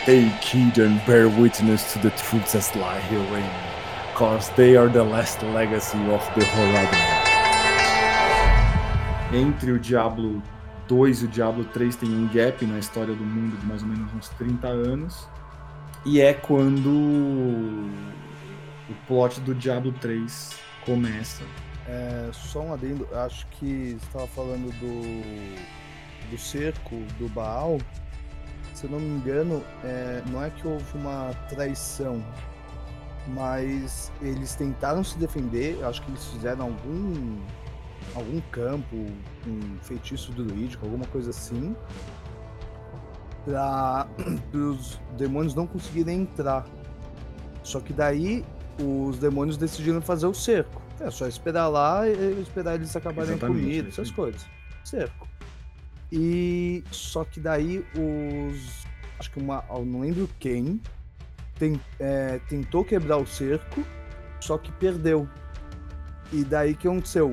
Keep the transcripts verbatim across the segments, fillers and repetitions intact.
Take heed and bear witness to the truths that lie herein, cause they are the last legacy of the Horadrim. Entre o Diablo dois e o Diablo três tem um gap na história do mundo de mais ou menos uns trinta anos, e é quando o plot do Diablo três começa. É, só um adendo, acho que você estava falando do, do cerco do Baal. Se eu não me engano, é, não é que houve uma traição, mas eles tentaram se defender. Acho que eles fizeram algum, algum campo, um feitiço druídico, alguma coisa assim, para os demônios não conseguirem entrar. Só que daí os demônios decidiram fazer o cerco. É só esperar lá e esperar eles acabarem com comida, essas coisas. Cerco. E só que daí os... Acho que uma... Eu não lembro quem tem, é, tentou quebrar o cerco, só que perdeu. E daí que aconteceu?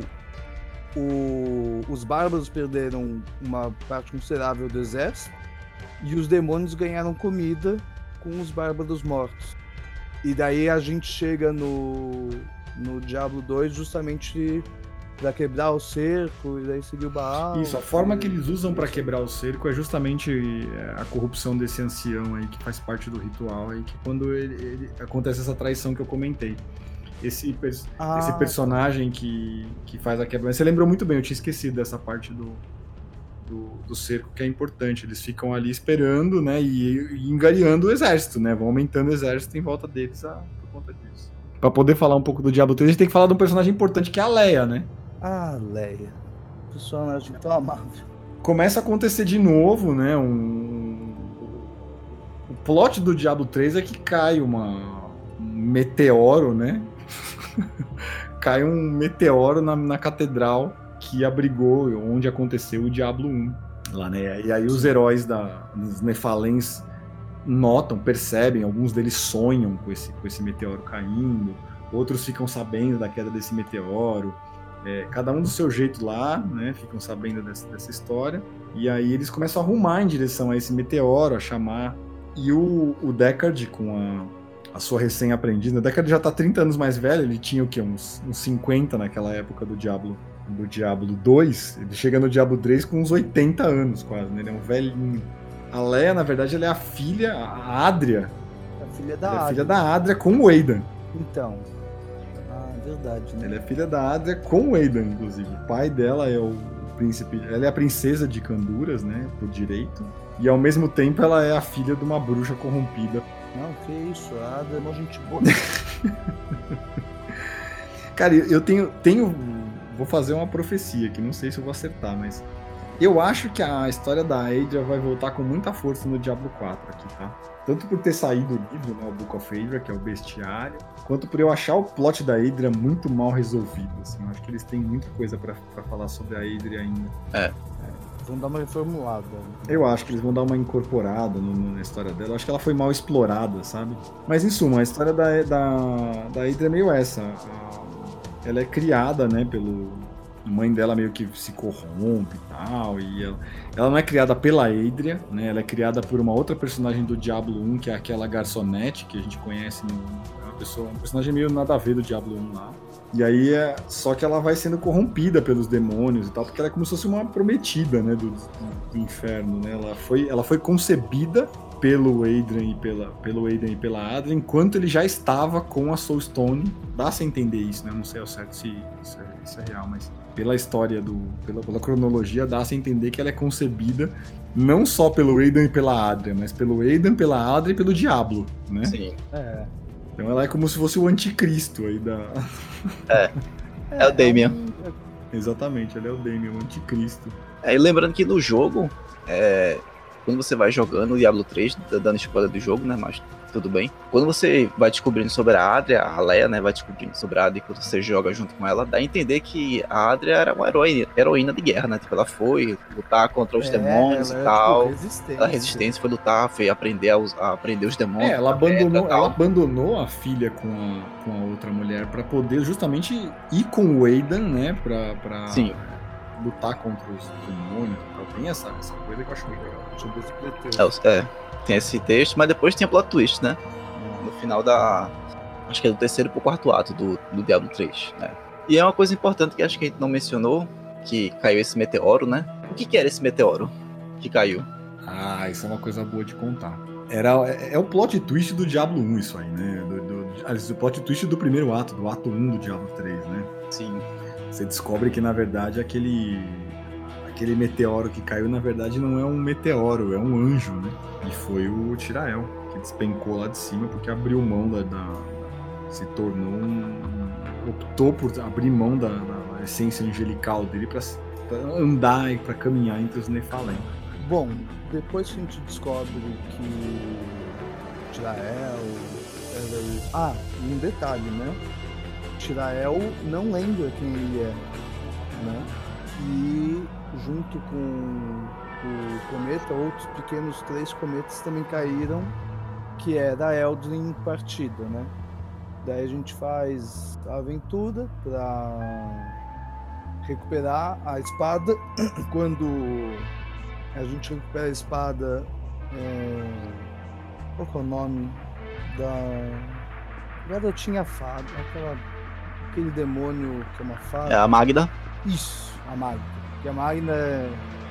O, os bárbaros perderam uma parte considerável do exército e os demônios ganharam comida com os bárbaros mortos. E daí a gente chega no, no Diablo dois justamente pra quebrar o cerco e daí seguir o Baal. Isso, a forma que eles usam pra quebrar o cerco é justamente a corrupção desse ancião aí, que faz parte do ritual aí, que quando ele, ele, acontece essa traição que eu comentei. Esse, ah, esse personagem que, que faz a quebra... Você lembrou muito bem, eu tinha esquecido dessa parte do, do, do cerco, que é importante. Eles ficam ali esperando, né, e, e engariando o exército, né, vão aumentando o exército em volta deles a, por conta disso. Pra poder falar um pouco do Diablo três, a gente tem que falar de um personagem importante, que é a Leia, né? Ah, Leia. Personagem tão amável. Começa a acontecer de novo, né? Um... O plot do Diablo três é que cai uma... um meteoro, né? Cai um meteoro na, na catedral que abrigou onde aconteceu o Diablo um. Lá, né? E aí os heróis da, dos Nephalens notam, percebem, alguns deles sonham com esse, com esse meteoro caindo, outros ficam sabendo da queda desse meteoro. É, cada um do seu jeito lá, né, ficam sabendo dessa, dessa história, e aí eles começam a arrumar em direção a esse meteoro, a chamar, e o, o Deckard, com a, a sua recém-aprendida, o Deckard já tá trinta anos mais velho, ele tinha o quê, uns, uns cinquenta naquela época do Diablo, do Diablo dois, ele chega no Diablo três com uns oitenta anos quase, né, ele é um velhinho. A Leia, na verdade, ela é a filha, a Adria, a filha da ela é Adria. a filha da Adria com o Aidan. Então... Verdade, né? Ela é filha da Adria com o Aidan, inclusive. O pai dela é o príncipe... Ela é a princesa de Canduras, né? Por direito. E ao mesmo tempo ela é a filha de uma bruxa corrompida. Não, que isso. A Adria é uma gente boa. Cara, eu tenho, tenho... Vou fazer uma profecia aqui. Não sei se eu vou acertar, mas... Eu acho que a história da Adria vai voltar com muita força no Diablo quatro aqui, tá? Tanto por ter saído o livro, né, o Book of Adria, que é o bestiário, quanto por eu achar o plot da Adria muito mal resolvido, assim. Eu acho que eles têm muita coisa pra, pra falar sobre a Adria ainda. É. é. Vão dar uma reformulada. Eu acho que eles vão dar uma incorporada no, no, na história dela. Eu acho que ela foi mal explorada, sabe? Mas, em suma, a história da, da, da Adria é meio essa. A, ela é criada, né, pelo... A mãe dela meio que se corrompe e tal, e ela, ela não é criada pela Adria, né? Ela é criada por uma outra personagem do Diablo um, que é aquela garçonete que a gente conhece, no, é uma pessoa, um personagem meio nada a ver do Diablo um lá. E aí, é, só que ela vai sendo corrompida pelos demônios e tal, porque ela é como se fosse uma prometida, né, do, do, do inferno, né? Ela foi, ela foi concebida pelo Adrian e pela, pelo Aidan e pela Adria, enquanto ele já estava com a Soulstone. Dá-se a entender isso, né? Eu não sei ao certo se isso é, isso é real, mas... Pela história, do, pela, pela cronologia, dá-se a entender que ela é concebida não só pelo Aidan e pela Adria, mas pelo Aidan, pela Adria e pelo Diablo, né? Sim. É. Então ela é como se fosse o anticristo aí da... É, é o Damian. Exatamente, ele é o Damian, o anticristo. É, e lembrando que no jogo, é, quando você vai jogando o Diablo três, dando spoiler do jogo, né, mas tudo bem. Quando você vai descobrindo sobre a Adria, a Leia, né, vai descobrindo sobre a Adria, quando você joga junto com ela, dá a entender que a Adria era uma heroína, heroína de guerra, né? Tipo, ela foi lutar contra os é, demônios e ela tal. Tipo, resistência. Ela resistência, foi lutar, foi aprender a, us- a aprender os demônios. É, ela a pedra, abandonou, tal. ela abandonou a filha com a, com a outra mulher pra poder justamente ir com o Aidan, né, pra... pra... Sim. lutar contra os demônios e tal. Tem essa, essa coisa que eu acho muito legal. Sobre esse pretexto. É, é, tem esse texto, mas depois tem a plot twist, né? No final da... Acho que é do terceiro pro quarto ato do, do Diablo três, né? E é uma coisa importante que acho que a gente não mencionou, que caiu esse meteoro, né? O que que era esse meteoro que caiu? Ah, isso é uma coisa boa de contar. Era, é, é o plot twist do Diablo um isso aí, né? Do, do, aliás, o plot twist do primeiro ato, do ato um do Diablo três, né? Sim. Você descobre que, na verdade, aquele, aquele meteoro que caiu, na verdade, não é um meteoro, é um anjo, né? E foi o Tirael, que despencou lá de cima porque abriu mão da... da se tornou um... optou por abrir mão da, da essência angelical dele para andar e para caminhar entre os Nephalem. Bom, depois que a gente descobre que Tirael era... Ah, e um detalhe, né? Tirael não lembra quem ele é, né? E junto com o cometa, outros pequenos três cometas também caíram, que era a Eldrin partida, né? Daí a gente faz a aventura para recuperar a espada. Quando a gente recupera a espada, é... qual que é o nome da garotinha fada, aquela aquele demônio que é uma fada? É a Magda. Isso, a Magda. Que a Magda é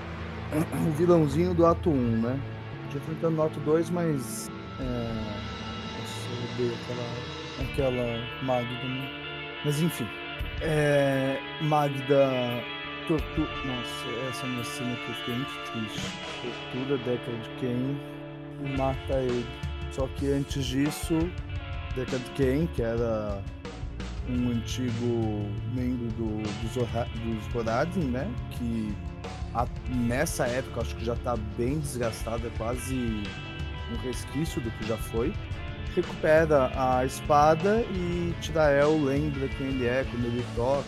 o vilãozinho do ato um, né? A gente enfrentando no ato dois, mas é... nossa, eu odeio aquela, aquela Magda, né? Mas enfim, é... Magda tortura... Nossa, essa é uma cena que eu fiquei muito triste. Tortura Deckard Cain e mata ele. Só que antes disso, Deckard Cain, que era um antigo membro do, dos, dos Horadrim, né? Que a, nessa época acho que já está bem desgastado, é quase um resquício do que já foi. Recupera a espada e Tirael lembra quem ele é quando ele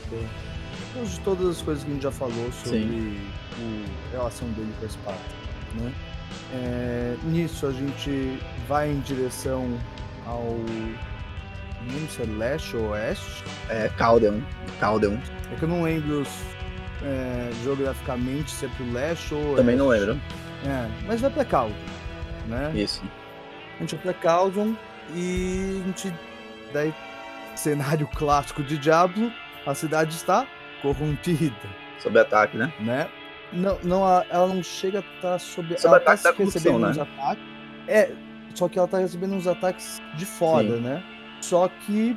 toca. De todas as coisas que a gente já falou sobre o, a relação dele com a espada, né? É, nisso a gente vai em direção ao... não sei se é leste ou oeste. É, Caldeon. Caldeon. É que eu não lembro é, geograficamente se é pro leste ou oeste. Também não lembro. É, mas vai pra Caldeon, né? Isso. A gente vai pra Caldeon e a gente... Daí, cenário clássico de Diablo, a cidade está corrompida. Sob ataque, né? Né? Não, não, ela não chega a estar sob... Sob ela ataque tá da corrupção, recebendo né? uns ataques. É, só que ela tá recebendo uns ataques de fora, Sim. né? Só que...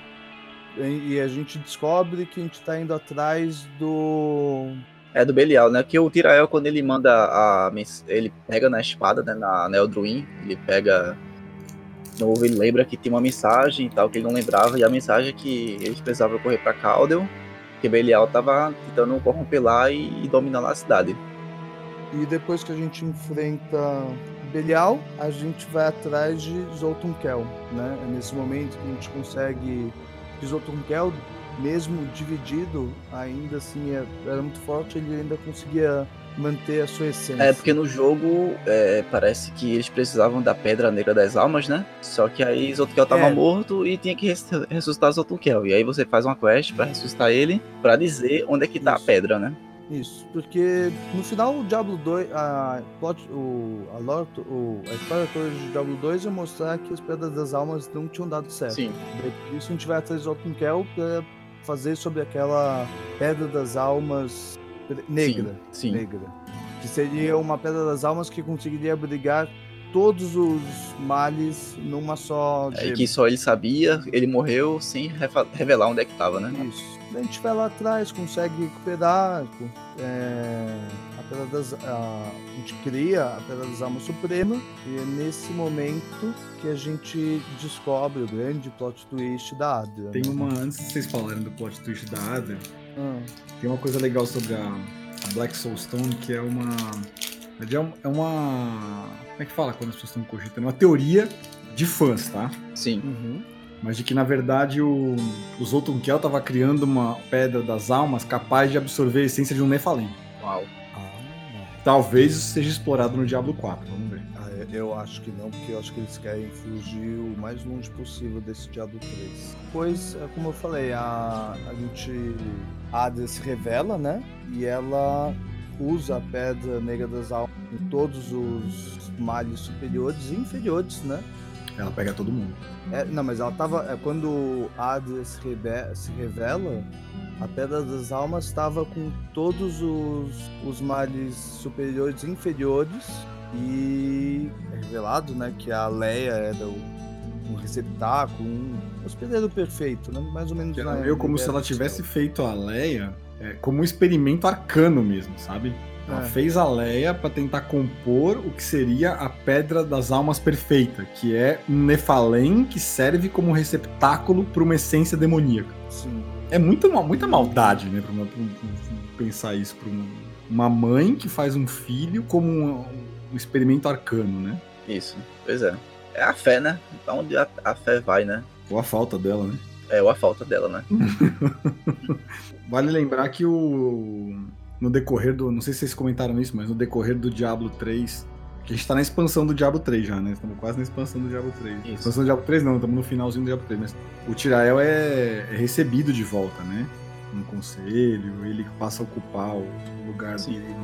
E a gente descobre que a gente tá indo atrás do... É do Belial, né? Que o Tirael, quando ele manda a... ele pega na espada, né? Na, na Eldruin, ele pega... Novo, ele lembra que tinha uma mensagem e tal, que ele não lembrava, e a mensagem é que eles precisavam correr pra Caldeon, que Belial tava tentando corromper lá e, e dominar lá a cidade. E depois que a gente enfrenta Belial, a gente vai atrás de Zoltun-Kel, né? É nesse momento que a gente consegue... que Zoltun-Kel, mesmo dividido, ainda assim era muito forte, ele ainda conseguia manter a sua essência. É, porque no jogo é, parece que eles precisavam da Pedra Negra das Almas, né? Só que aí Zoltun-Kel tava É. morto e tinha que res- ressuscitar Zoltun-Kel. E aí você faz uma quest pra ressuscitar ele, pra dizer onde é que tá Isso. a pedra, né? Isso, porque no final o Diablo dois, a, plot, o, a, lore, o, a história toda de Diablo dois ia mostrar que as Pedras das Almas não tinham dado certo. Sim. Daí, por isso a gente vai atrás de Zoltun-Kel pra fazer sobre aquela Pedra das Almas negra. Sim, sim. negra. Que seria uma Pedra das Almas que conseguiria abrigar todos os males numa só É, gema. que só ele sabia, ele morreu sem refa- revelar onde é que tava, né? Isso. Daí a gente vai lá atrás, consegue recuperar é, a Pedra das... A, a gente cria a Pedra das Almas Suprema e é nesse momento que a gente descobre o grande plot twist da Adria. Tem né? uma, antes de vocês falarem do plot twist da Adria, Ah, tem uma coisa legal sobre a, a Black Soul Stone, que é uma... É uma... Como é que fala quando as pessoas estão cogitando? É uma teoria de fãs, tá? Sim. uhum. Mas de que, na verdade, o, o Zoltun-Kel estava criando uma pedra das almas capaz de absorver a essência de um Nephalem. Uau. Ah, talvez isso seja explorado no Diablo quatro, vamos ver. Ah, eu acho que não, porque eu acho que eles querem fugir o mais longe possível desse Diablo três. Pois, como eu falei, a, a gente... A Adria se revela, né? E ela usa a Pedra Negra das Almas em todos os males superiores e inferiores, né? Ela pega todo mundo. É, não, mas ela tava... É, quando a Adria se, rebe- se revela, a Pedra das Almas estava com todos os, os males superiores e inferiores, e é revelado, né, que a Leia era o, um receptáculo, um hospedeiro perfeito, né? Mais ou menos. Ela veio como se ela tivesse feito a Leia é, como um experimento arcano mesmo, sabe? Ela É. fez a Leia para tentar compor o que seria a Pedra das Almas perfeita, que é um Nephalem que serve como receptáculo para uma essência demoníaca. Sim. É muita, muita maldade, né? Pra, uma, pra, pra pensar isso pra uma, uma mãe que faz um filho como um, um experimento arcano, né? Isso, pois é. É a fé, né? Pra onde a, a fé vai, né? Ou a falta dela, né? É, ou a falta dela, né? Vale lembrar que o no decorrer do... Não sei se vocês comentaram isso, mas no decorrer do Diablo três... Que a gente tá na expansão do Diablo três já, né? Estamos quase na expansão do Diablo três. Isso. Expansão do Diablo três não, estamos no finalzinho do Diablo três. Mas o Tyrael é, é recebido de volta, né? No conselho, ele passa a ocupar o lugar Sim. dele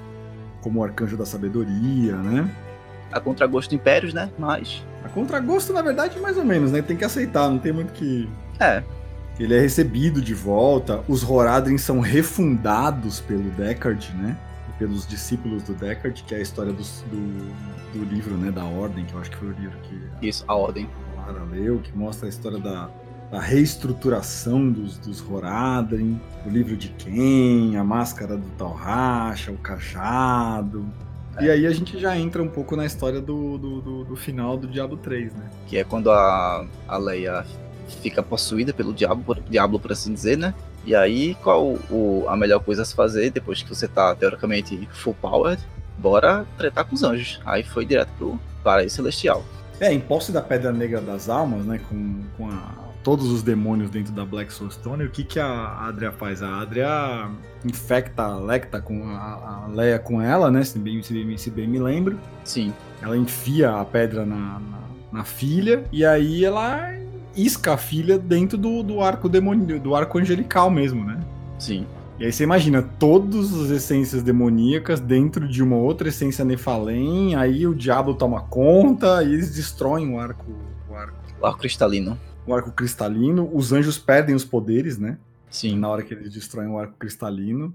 como arcanjo da sabedoria, né? A contragosto impérios, né? Mas... A contragosto, na verdade, mais ou menos, né? Tem que aceitar, não tem muito que... É, Ele é recebido de volta, os Horadrim são refundados pelo Deckard, né? E pelos discípulos do Deckard, que é a história dos- do, do livro, né? Da Ordem, que eu acho que foi o livro que isso, a ordem. a Lara leu, que mostra a história da, da reestruturação dos, dos Horadrim, o livro de Ken, a máscara do Talracha, o cajado. E aí a gente já entra um pouco na história do, do, do, do final do Diablo três, né? Que é quando a, a Leia fica possuída pelo diabo, por, diabo, por assim dizer, né? E aí, qual o, a melhor coisa a se fazer depois que você tá, teoricamente, full powered? Bora tretar com os anjos. Aí foi direto pro paraíso celestial. É, em posse da Pedra Negra das Almas, né, com, com a- todos os demônios dentro da Black Soul Stone, o que, que a Adria faz? A Adria infecta a Lecta com a, a Leia com ela, né, se bem, se, bem, se bem me lembro. Sim, Ela enfia a pedra na, na, na filha, e aí ela isca a filha dentro do, do arco demoníaco, do arco angelical mesmo, né? sim. E aí você imagina todas as essências demoníacas dentro de uma outra essência Nephalem, aí o diabo toma conta e eles destroem o arco, o arco, O arco cristalino. o arco cristalino. Os anjos perdem os poderes, né? Sim. Na hora que eles destroem o arco cristalino.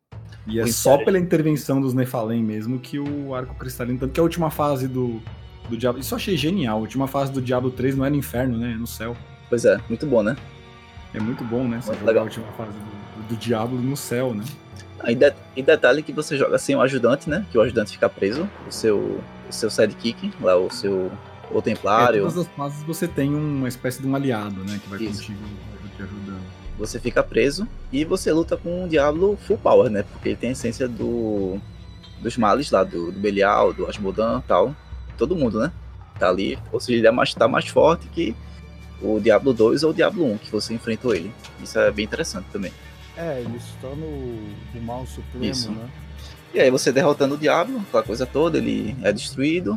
E é O só Império. pela intervenção dos Nephalem mesmo que o arco cristalino... Tanto que a última fase do, do Diablo... Isso eu achei genial. A última fase do Diablo três não é no inferno, né? É no céu. Pois é, muito bom, né? É muito bom, né? Você Muito jogar legal. a última fase do, do Diablo no céu, né? Aí de, e detalhe que você joga sem o ajudante, né? Que o ajudante fica preso. O seu, o seu sidekick, lá o seu o É, templário. todas as fases você tem uma espécie de um aliado, né? Que vai Isso. contigo te ajudando. Você fica preso e você luta com um Diablo full power, né? Porque ele tem a essência do dos males lá, do, do Belial, do Asmodan e tal. Todo mundo, né? Tá ali. Ou seja, ele é mais, tá mais forte que o Diablo dois ou o Diablo um, que você enfrentou ele. Isso é bem interessante também. É, ele se torna o, o mal supremo, Isso. né? E aí você derrotando o Diablo, aquela coisa toda, ele é destruído.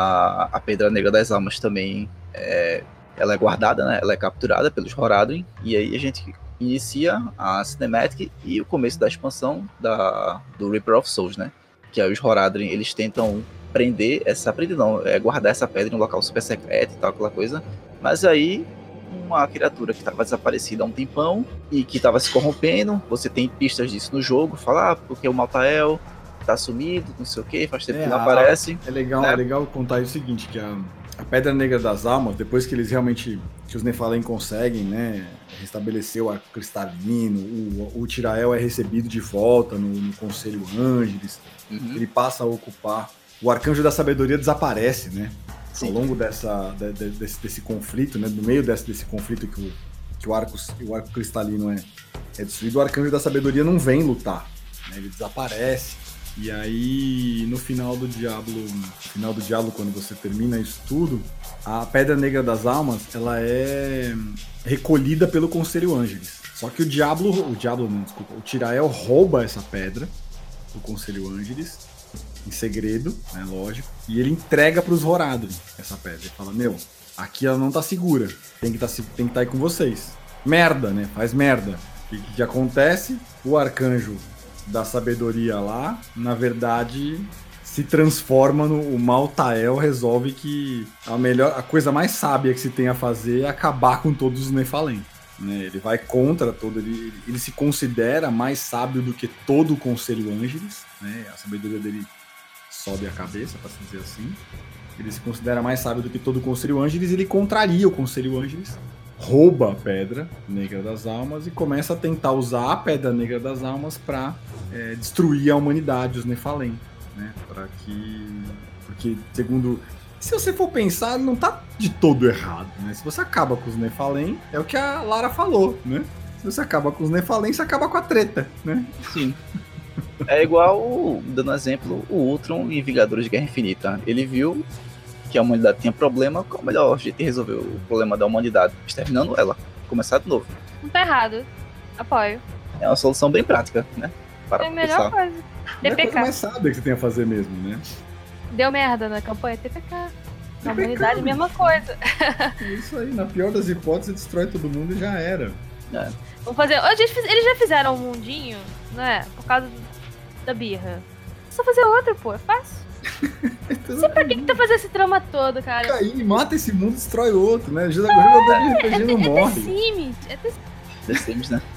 A, a Pedra Negra das Almas também é, ela é guardada, né? Ela é capturada pelos Horadrim. E aí a gente inicia a Cinematic e o começo da expansão da, do Reaper of Souls, né? Que aí os Horadrim, eles tentam prender essa... Prender não, é guardar essa pedra em um local super secreto e tal, aquela coisa. Mas aí uma criatura que estava desaparecida há um tempão e que estava se corrompendo, você tem pistas disso no jogo, fala, ah, porque o Maltael tá sumido, não sei o que, faz tempo É, que não a- aparece. É legal, né? é legal contar o seguinte, que a, a Pedra Negra das Almas, depois que eles realmente, que os Nephalem conseguem, né, restabelecer o arco cristalino, o, o Tyrael é recebido de volta no, no Conselho Ângeles, Uhum. ele passa a ocupar, o Arcanjo da Sabedoria desaparece, né, Sim. ao longo dessa, de- de- desse, desse conflito, né, no meio desse, desse conflito que o, que o, arco, o arco cristalino é, é destruído, o Arcanjo da Sabedoria não vem lutar, né, ele desaparece. E aí, no final do Diablo, no final do Diablo, quando você termina isso tudo, a Pedra Negra das Almas, ela é recolhida pelo Conselho Ângeles. Só que o Diablo, o Diablo não, desculpa, o Tyrael rouba essa pedra do Conselho Ângeles em segredo, né, lógico, e ele entrega pros Horadrim essa pedra. Ele fala, meu, aqui ela não tá segura, tem que tá, tem que tá aí com vocês. Merda, né, faz merda. O que, que acontece? O arcanjo da sabedoria lá, na verdade, se transforma no... O Maltael resolve que a, melhor, a coisa mais sábia que se tem a fazer é acabar com todos os Nephalem. Né? Ele vai contra todo... Ele, ele se considera mais sábio do que todo o Conselho Ângeles. Né? A sabedoria dele sobe a cabeça, para se dizer assim. Ele se considera mais sábio do que todo o Conselho Ângeles e ele contraria o Conselho Ângeles, rouba a Pedra Negra das Almas e começa a tentar usar a Pedra Negra das Almas para é, destruir a humanidade, os Nephalem, né? Para que... Porque, segundo... Se você for pensar, não tá de todo errado, né? Se você acaba com os Nephalem, é o que a Lara falou, né? Se você acaba com os Nephalem, você acaba com a treta, né? Sim. É igual, dando exemplo, o Ultron em Vingadores de Guerra Infinita. Ele viu que a humanidade tinha problema, qual o melhor jeito de resolver o problema da humanidade? Exterminando ela. Começar de novo. Não tá errado. Apoio. É uma solução bem prática, né? Para é a melhor coisa. T P K. É a coisa mais sábia que você tem a fazer mesmo, né? Deu merda na campanha, T P K. Na humanidade, mesma coisa. É isso aí, na pior das hipóteses, destrói todo mundo e já era. É. Vamos fazer. Eles já fizeram um mundinho, né? Por causa da birra. É só fazer outro, pô, é fácil. Você pra que que tá fazendo esse trama todo, cara? Cair, mata esse mundo, destrói outro, né? O jogador de R P G não morre. É The Sims, é The Sims, né?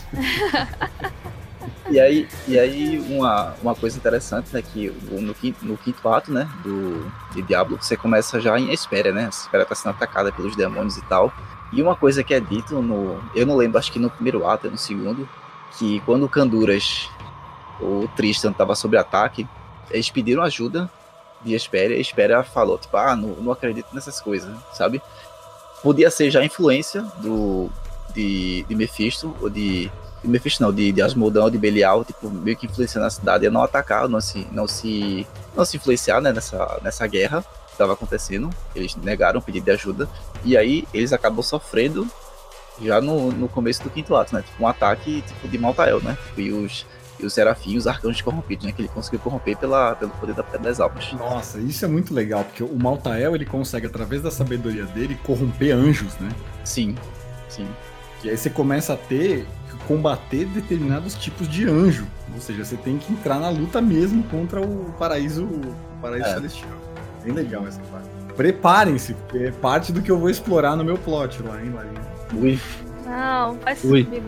E aí, e aí uma, uma coisa interessante, né, que no quinto, no quinto ato, né, do, de Diablo, você começa já em Espera, né? A Espera tá sendo atacada pelos demônios e tal. E uma coisa que é dito no... Eu não lembro, acho que no primeiro ato, no segundo, que quando o Canduras, o Tristan, tava sob ataque, eles pediram ajuda de Espera, e a Espera falou, tipo, ah, não, não acredito nessas coisas, sabe? Podia ser já a influência do, de, de Mephisto, ou de... de Mephisto não, de, de Asmodão, de Belial, tipo, meio que influenciando a cidade a não atacar, não se, não se, não se influenciar, né, nessa, nessa guerra que estava acontecendo. Eles negaram o pedido de ajuda, e aí eles acabam sofrendo já no, no começo do quinto ato, né, tipo, um ataque tipo de Maltael, né, tipo, e os E os Serafim, os arcanjos corrompidos, né? Que ele conseguiu corromper pela, pelo poder da Pedra das Almas. Nossa, isso é muito legal, porque o Maltael, ele consegue, através da sabedoria dele, corromper anjos, né? Sim, sim. E aí você começa a ter que combater determinados tipos de anjo. Ou seja, você tem que entrar na luta mesmo contra o paraíso, o paraíso é. celestial. Bem legal essa parte. Preparem-se, porque é parte do que eu vou explorar no meu plot lá, hein, Larinha? Ui. Não, faz Ui. comigo.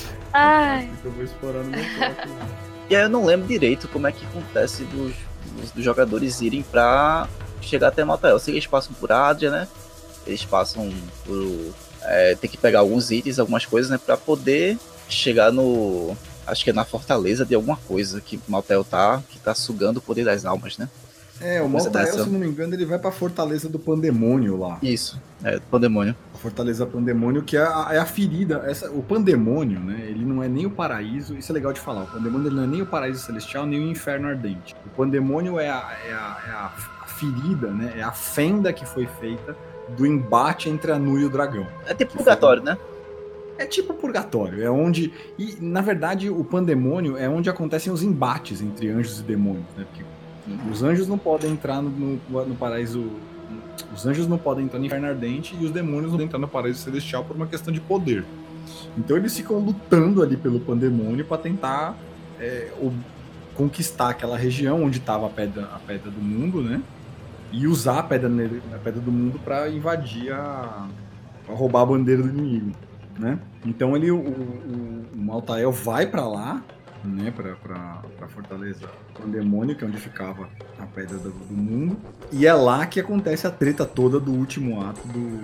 Ai. Eu vou explorar no meu plot. E aí eu não lembro direito como é que acontece dos, dos, dos jogadores irem pra chegar até Maltael. Eu sei que eles passam por Adria, né? Eles passam por... É, tem que pegar alguns itens, algumas coisas, né? Pra poder chegar no... Acho que é na fortaleza de alguma coisa que Maltael tá, que tá sugando o poder das almas, né? É, o Maltael, se não me engano, ele vai pra Fortaleza do Pandemônio lá. Isso, é, do Pandemônio. A Fortaleza Pandemônio, que é a, é a ferida, essa, o Pandemônio, né, ele não é nem o paraíso, isso é legal de falar, o Pandemônio ele não é nem o paraíso celestial, nem o inferno ardente. O Pandemônio é a, é a, é a, a ferida, né, é a fenda que foi feita do embate entre a Nu e o dragão. É tipo purgatório, foi... né? É tipo purgatório, é onde... E, na verdade, o Pandemônio é onde acontecem os embates entre anjos e demônios, né, porque os anjos não podem entrar no, no, no paraíso... Os anjos não podem entrar no inferno ardente e os demônios não podem entrar no paraíso celestial por uma questão de poder. Então eles ficam lutando ali pelo Pandemônio para tentar é, o, conquistar aquela região onde estava a pedra, a pedra do mundo, né? E usar a pedra, a pedra do mundo para invadir a... para roubar a bandeira do inimigo, né? Então ele, o, o, o Maltael vai para lá, né, pra, pra, pra Fortaleza Pandemônio, que é onde ficava a Pedra do, do Mundo, e é lá que acontece a treta toda do último ato do,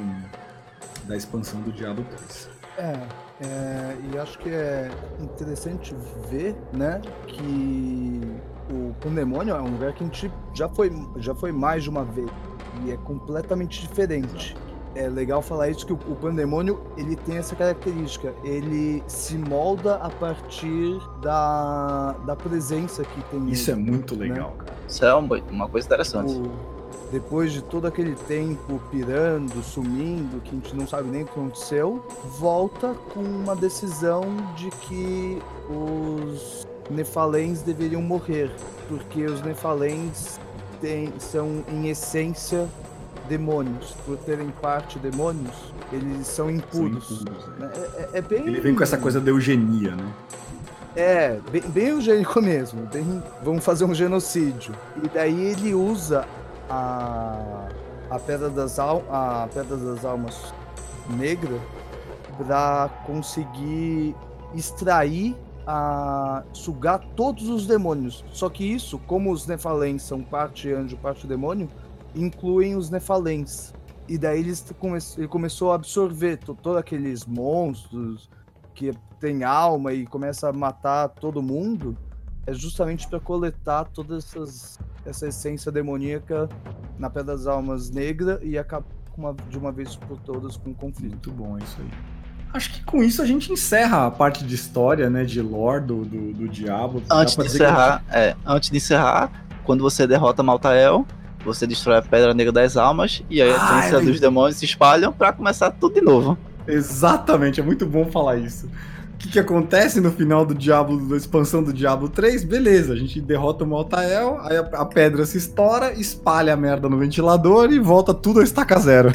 da expansão do Diablo três. É, é, e acho que é interessante ver, né, que o Pandemônio é um lugar que a gente já foi, já foi mais de uma vez, e é completamente diferente. É legal falar isso, que o, o Pandemônio, ele tem essa característica, ele se molda a partir da, da presença que tem. Isso nele, é muito legal, né? cara. Isso é uma, uma coisa interessante. O, depois de todo aquele tempo pirando, sumindo, que a gente não sabe nem o que aconteceu, volta com uma decisão de que os Nefalens deveriam morrer, porque os Nefalens têm, são, em essência, demônios. Por terem parte demônios, eles são impuros. São impuros, né? é, é, é bem... Ele vem com essa coisa da eugenia, né? É, bem, bem eugênico mesmo. Bem, vamos fazer um genocídio. E daí ele usa a, a, pedra, das al, a pedra das almas negra para conseguir extrair, a, sugar todos os demônios. Só que isso, como os Nefalens são parte anjo, parte demônio, incluem os Nefalens. E daí ele, come, ele começou a absorver todos aqueles monstros que tem alma e começa a matar todo mundo, é justamente para coletar toda essas, essa essência demoníaca na Pedra das Almas Negra e acabar uma, de uma vez por todas com o conflito. Muito bom isso aí. Acho que com isso a gente encerra a parte de história, né, de lore do, do, do Diablo. Antes de encerrar, gente... é, antes de encerrar, quando você derrota Maltael, você destrói a Pedra Negra das Almas e aí a essência dos demônios se espalham para começar tudo de novo. Exatamente, é muito bom falar isso. O que, que acontece no final do Diablo, da expansão do Diablo três? Beleza, a gente derrota o Maltael, aí a, a pedra se estoura, espalha a merda no ventilador e volta tudo a estaca zero.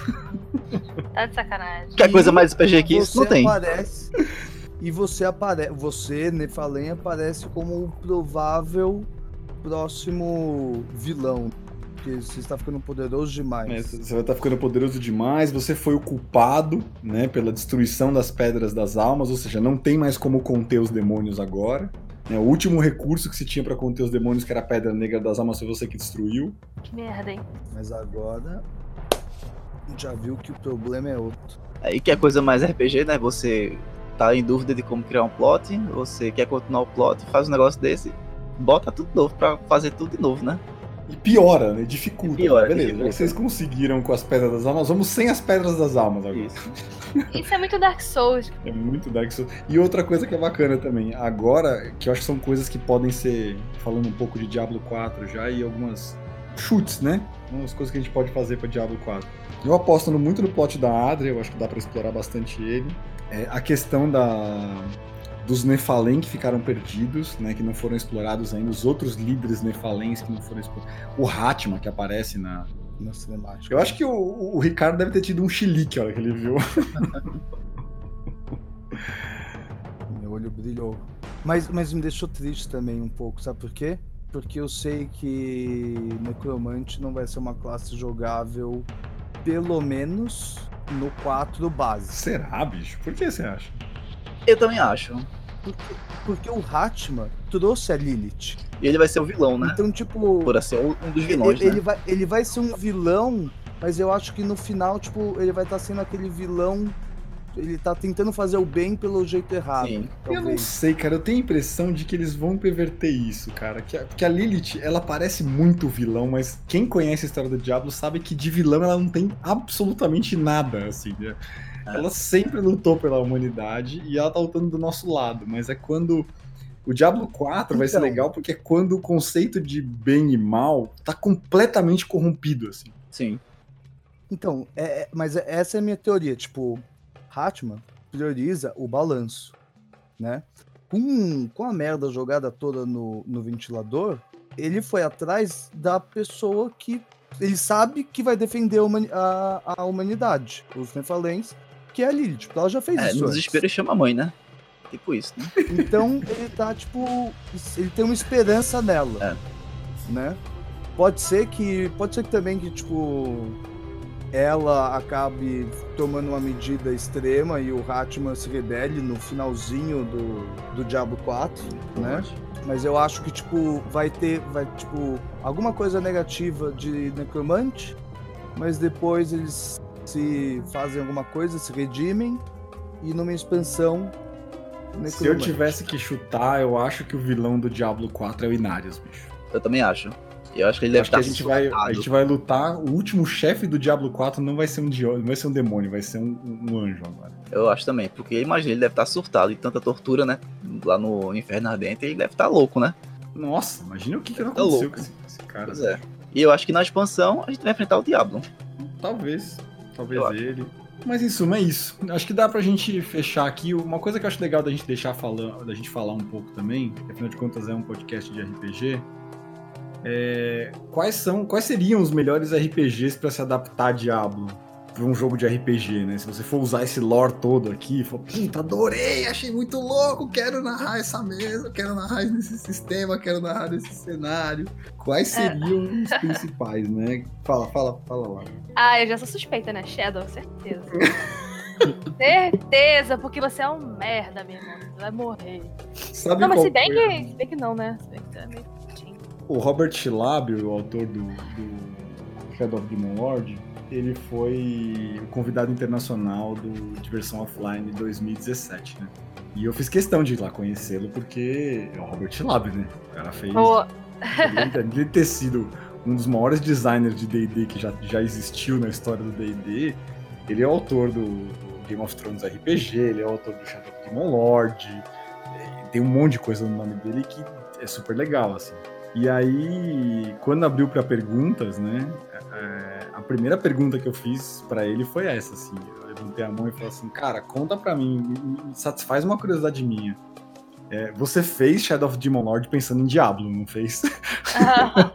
Tá de sacanagem. Que coisa mais R P G que isso não tem. Aparece, e você aparece, você, Nefalem, aparece como o provável próximo vilão. Porque você está ficando poderoso demais. É, você vai estar ficando poderoso demais, você foi o culpado, né, pela destruição das Pedras das Almas, ou seja, não tem mais como conter os demônios agora. Né, o último recurso que se tinha para conter os demônios, que era a Pedra Negra das Almas, foi você que destruiu. Que merda, hein? Mas agora já viu que o problema é outro. Aí que é coisa mais R P G, né? Você tá em dúvida de como criar um plot, você quer continuar o plot, faz um negócio desse, bota tudo novo pra fazer tudo de novo, né? E piora, né? Dificulta. E piora, beleza, dificulta. Vocês conseguiram com as Pedras das Almas, vamos sem as Pedras das Almas agora. Isso. Isso é muito Dark Souls. É muito Dark Souls. E outra coisa que é bacana também, agora, que eu acho que são coisas que podem ser, falando um pouco de Diablo quatro já, e algumas chutes, né? Algumas coisas que a gente pode fazer pra Diablo quatro. Eu aposto muito no plot da Adria, eu acho que dá pra explorar bastante ele. É, a questão da... dos Nefalem que ficaram perdidos, né, que não foram explorados ainda, os outros líderes Nefalens que não foram explorados, o Hatma que aparece na, na cinemática. Eu acho que o, o Ricardo deve ter tido um chilique a hora que ele viu. Meu olho brilhou. Mas, mas me deixou triste também um pouco, sabe por quê? Porque eu sei que Necromante não vai ser uma classe jogável, pelo menos no quatro base. Será, bicho? Por que você acha? Eu também acho. Porque, porque o Hatma trouxe a Lilith. E ele vai ser o vilão, né? Então, tipo... Por assim, um dos vilões, ele, né? ele, vai, ele vai ser um vilão, mas eu acho que no final, tipo, ele vai estar sendo aquele vilão... Ele tá tentando fazer o bem pelo jeito errado. Sim. Eu não sei, cara. Eu tenho a impressão de que eles vão perverter isso, cara. Que a, porque a Lilith, ela parece muito vilão, mas quem conhece a história do Diablo sabe que de vilão ela não tem absolutamente nada, assim, né? Ela sempre lutou pela humanidade e ela tá lutando do nosso lado, mas é quando... O Diablo quatro então, vai ser legal porque é quando o conceito de bem e mal tá completamente corrompido, assim. Sim. Então, é, mas essa é a minha teoria, tipo... Hatman prioriza o balanço, né? Com, com a merda jogada toda no, no ventilador, ele foi atrás da pessoa que ele sabe que vai defender a, humani- a, a humanidade, os Nefalens, que é a Lilith, porque ela já fez é, isso. No desespero chama a mãe, né? Tipo isso, né? Então ele tá, tipo, ele tem uma esperança nela, é. né? Pode ser que, pode ser que também que, tipo... ela acabe tomando uma medida extrema e o Hatman se rebele no finalzinho do, do Diablo quatro, né? Mas eu acho que, tipo, vai ter, vai, tipo, alguma coisa negativa de Necromante, mas depois eles se fazem alguma coisa, se redimem, e numa expansão Necromante. Se eu tivesse que chutar, eu acho que o vilão do Diablo quatro é o Inarius, bicho. Eu também acho. Eu acho que ele deve acho estar que a gente vai A gente vai lutar, o último chefe do Diablo quatro não vai ser um, dio, não vai ser um demônio, vai ser um, um anjo agora. Eu acho também, porque imagina, ele deve estar surtado de tanta tortura, né? Lá no Inferno Ardente, ele deve estar louco, né? Nossa, imagina o que, que tá aconteceu louco. com esse, esse cara. Pois é. E eu acho que na expansão a gente vai enfrentar o Diablo. Talvez, talvez eu ele. Acho. Mas em suma é isso. Acho que dá pra gente fechar aqui. Uma coisa que eu acho legal da gente deixar falando, da gente falar um pouco também, que afinal de contas é um podcast de R P G. É, quais são, quais seriam os melhores R P Gs para se adaptar a Diablo para um jogo de R P G, né? Se você for usar esse lore todo aqui, for, puta, adorei, achei muito louco, quero narrar essa mesa, quero narrar nesse sistema, quero narrar nesse cenário. Quais seriam é. os principais, né? Fala, fala, fala lá. Ah, eu já sou suspeita, né? Shadow, certeza. Certeza, porque você é um merda, meu irmão. Você vai morrer. Sabe não, mas se bem, foi? que, se bem que não, né? Se bem que é meio... O Robert Schlabio, o autor do, do Shadow of Demon Lord, ele foi o convidado internacional do Diversão Offline dois mil e dezessete, né? E eu fiz questão de ir lá conhecê-lo porque é o Robert Schlabio, né? O cara fez... Oh. Ele, ele ter sido um dos maiores designers de D e D que já, já existiu na história do D e D. Ele é o autor do, do Game of Thrones R P G, ele é o autor do Shadow of Demon Lord. Tem um monte de coisa no nome dele que é super legal, assim. E aí, quando abriu para perguntas, né, a primeira pergunta que eu fiz para ele foi essa, assim, eu levantei a mão e falei assim, cara, conta para mim, me satisfaz uma curiosidade minha. É, você fez Shadow of Demon Lord pensando em Diablo, não fez? Ah.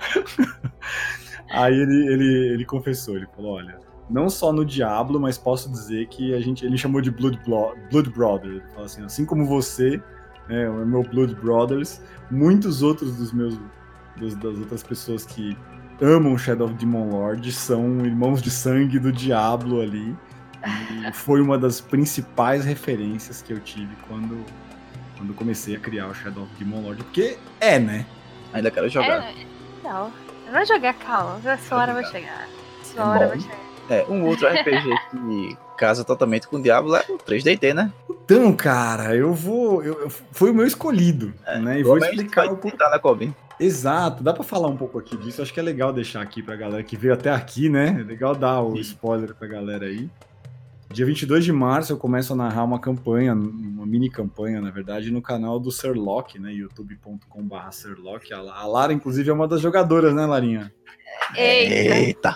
Aí ele, ele, ele confessou, ele falou, olha, não só no Diablo, mas posso dizer que a gente, ele chamou de Blood, Blood Brother, ele falou assim, assim como você, é, o meu Blood Brothers, muitos outros dos meus Das, das outras pessoas que amam Shadow of Demon Lord são irmãos de sangue do Diablo ali. E foi uma das principais referências que eu tive quando, quando comecei a criar o Shadow of Demon Lord. Porque é, né? Ainda quero jogar. É, não, vai jogar, calma. A sua hora vai chegar. A sua hora vai chegar. É, um outro R P G que casa totalmente com o Diablo é o três D T, né? Então, cara, eu vou... Eu, eu, foi o meu escolhido, é, né? E vou explicar um pouco... na Cobin. Exato, dá pra falar um pouco aqui disso, acho que é legal deixar aqui pra galera que veio até aqui, né? É legal dar o spoiler pra galera aí. Dia vinte e dois de março eu começo a narrar uma campanha, uma mini campanha, na verdade, no canal do Sirlock, né? youtube ponto com barra Sirlock. A Lara, inclusive, é uma das jogadoras, né, Larinha? Eita!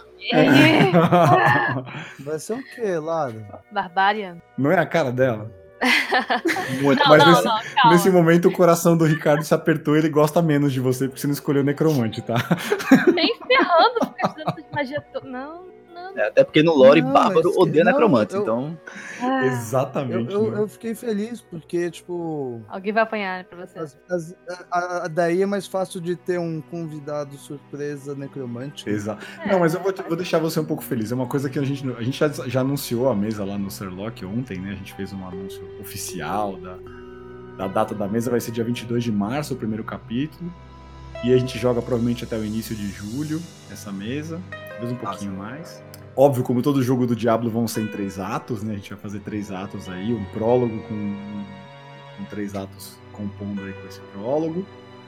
Eita. Vai ser o quê, Lara? Barbarian. Não é a cara dela? Muito. Não, mas não, nesse, não, nesse momento o coração do Ricardo se apertou e ele gosta menos de você porque você não escolheu necromante, tá? Nem ferrando, fica estudando de magia toda. Não, não. É, até porque no lore não, bárbaro odeia não, necromante, eu, então. Ah, exatamente. Eu, eu, eu fiquei feliz porque, tipo. Alguém vai apanhar pra você. As, as, a, a, daí é mais fácil de ter um convidado surpresa necromante. Exato. É, não, mas eu vou, vou deixar você um pouco feliz. É uma coisa que a gente, a gente já, já anunciou a mesa lá no Sirlock ontem, né? A gente fez um anúncio oficial da, da data da mesa. Vai ser dia vinte e dois de março, o primeiro capítulo. E a gente joga provavelmente até o início de julho essa mesa. Talvez um pouquinho Nossa. mais. Óbvio, como todo jogo do Diablo, vão ser em três atos, né? A gente vai fazer três atos aí, um prólogo com, com três atos compondo aí com esse prólogo.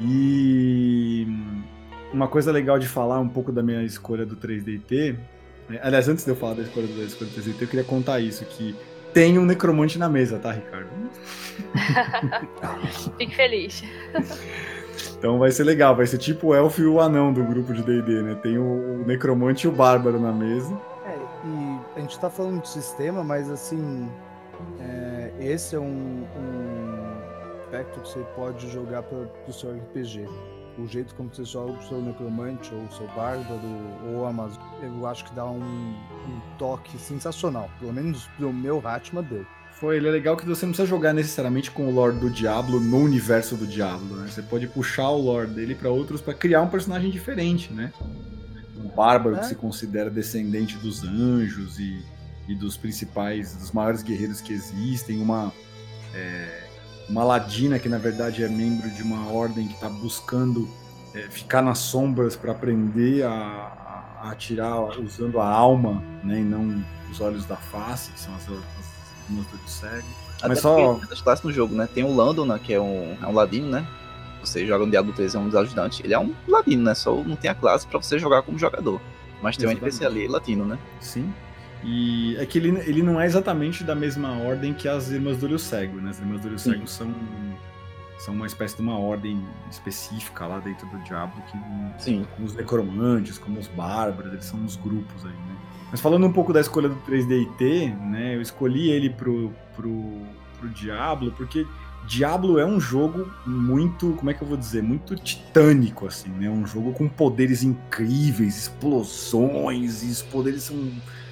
E uma coisa legal de falar um pouco da minha escolha do três D T, né? Aliás, antes de eu falar da escolha do, da escolha do três D T, eu queria contar isso, que tem um necromante na mesa, tá, Ricardo? Fique feliz. Então vai ser legal, vai ser tipo o elfo e o anão do grupo de D e D, né? Tem o, o necromante e o bárbaro na mesa. É, e a gente tá falando de sistema, mas assim, é, esse é um, um aspecto que você pode jogar para o seu R P G. O jeito como você joga o seu necromante, ou o seu bárbaro, ou o Amazon, eu acho que dá um, um toque sensacional. Pelo menos pro meu Hatman deu. Foi, ele é legal que você não precisa jogar necessariamente com o lore do Diablo no universo do Diablo, né? Você pode puxar o lore dele para outros para criar um personagem diferente, né? Um bárbaro é. que se considera descendente dos anjos e, e dos principais, dos maiores guerreiros que existem, uma é, uma ladina que na verdade é membro de uma ordem que está buscando é, ficar nas sombras para aprender a, a, a atirar usando a alma, né? E não os olhos da face, que são as, as do cego. Até mas só das classes no jogo, né? Tem o Landon, né? Que é um, é um ladino, né? Você joga no Diablo três, é um dos ajudantes. Ele é um ladino, né? Só não tem a classe pra você jogar como jogador. Mas tem um N P C ali latino, né? Sim. E é que ele, ele não é exatamente da mesma ordem que as Irmãs do Olho Cego, né? As Irmãs do Olho Cego são são uma espécie de uma ordem específica lá dentro do Diablo, que Sim. como os necromantes, como os bárbaros, eles são uns grupos aí, né? Mas falando um pouco da escolha do três D T, né, eu escolhi ele pro, pro, pro Diablo, porque Diablo é um jogo muito, como é que eu vou dizer, muito titânico, assim, né? Um jogo com poderes incríveis, explosões, e os poderes são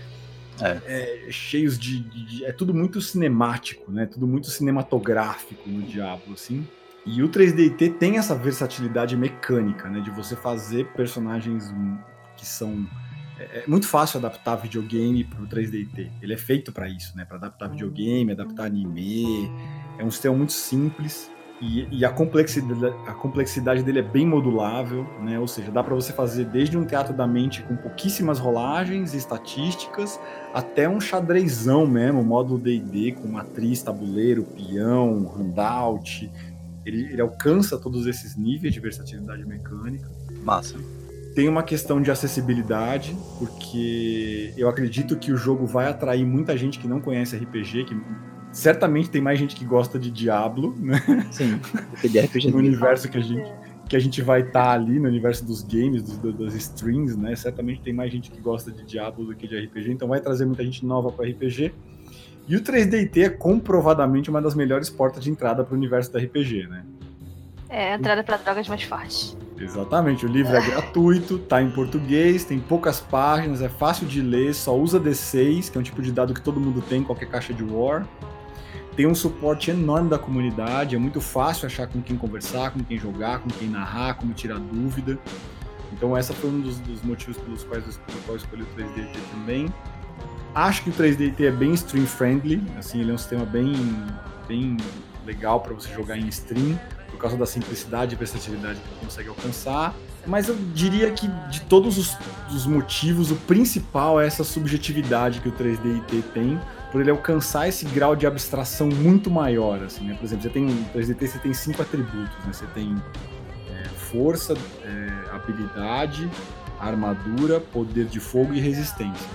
é. É, cheios de, de, de... É tudo muito cinemático, né? Tudo muito cinematográfico no Diablo, assim. E o três D T tem essa versatilidade mecânica, né? De você fazer personagens que são... É muito fácil adaptar videogame pro três D T. Ele é feito para isso, né? Para adaptar videogame, adaptar anime. É um sistema muito simples e, e a, complexidade, a complexidade dele é bem modulável, né? Ou seja, dá para você fazer desde um teatro da mente com pouquíssimas rolagens e estatísticas até um xadrezão mesmo, modo D e D com matriz, tabuleiro, peão, handout. Ele, ele alcança todos esses níveis de versatilidade mecânica. Massa. Tem uma questão de acessibilidade, porque eu acredito que o jogo vai atrair muita gente que não conhece R P G, que certamente tem mais gente que gosta de Diablo, né? Sim, porque de R P G no universo que a gente, que a gente vai estar tá ali, no universo dos games, dos, das strings, né? Certamente tem mais gente que gosta de Diablo do que de R P G, então vai trazer muita gente nova para R P G. E o três D T é comprovadamente uma das melhores portas de entrada para o universo do R P G, né? É, a entrada para drogas mais fortes. Exatamente, o livro é gratuito, tá em português, tem poucas páginas, é fácil de ler, só usa D seis, que é um tipo de dado que todo mundo tem em qualquer caixa de War. Tem um suporte enorme da comunidade, é muito fácil achar com quem conversar, com quem jogar, com quem narrar, como tirar dúvida. Então essa foi um dos, dos motivos pelos quais eu, pelo qual eu escolhi o três D T também. Acho que o três D T é bem stream friendly, assim, ele é um sistema bem, bem legal para você jogar em stream, por causa da simplicidade e versatilidade que ele consegue alcançar. Mas eu diria que de todos os, os motivos, o principal é essa subjetividade que o três D T tem, por ele alcançar esse grau de abstração muito maior, assim, né? Por exemplo, você tem no três D T você tem cinco atributos, né? Você tem é, força, é, habilidade, armadura, poder de fogo e resistência.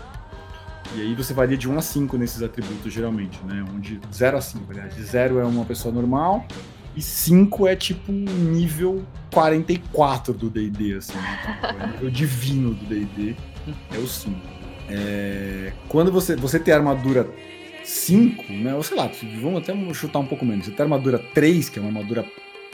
E aí você varia de um a cinco nesses atributos, geralmente, né? Onde zero a cinco, aliás. De zero é uma pessoa normal, e cinco é tipo um nível quarenta e quatro do D e D, assim, né? É o nível divino do D e D, é o cinco. É... Quando você, você tem armadura cinco, né? Ou sei lá, vamos até chutar um pouco menos. Você tem armadura três, que é uma armadura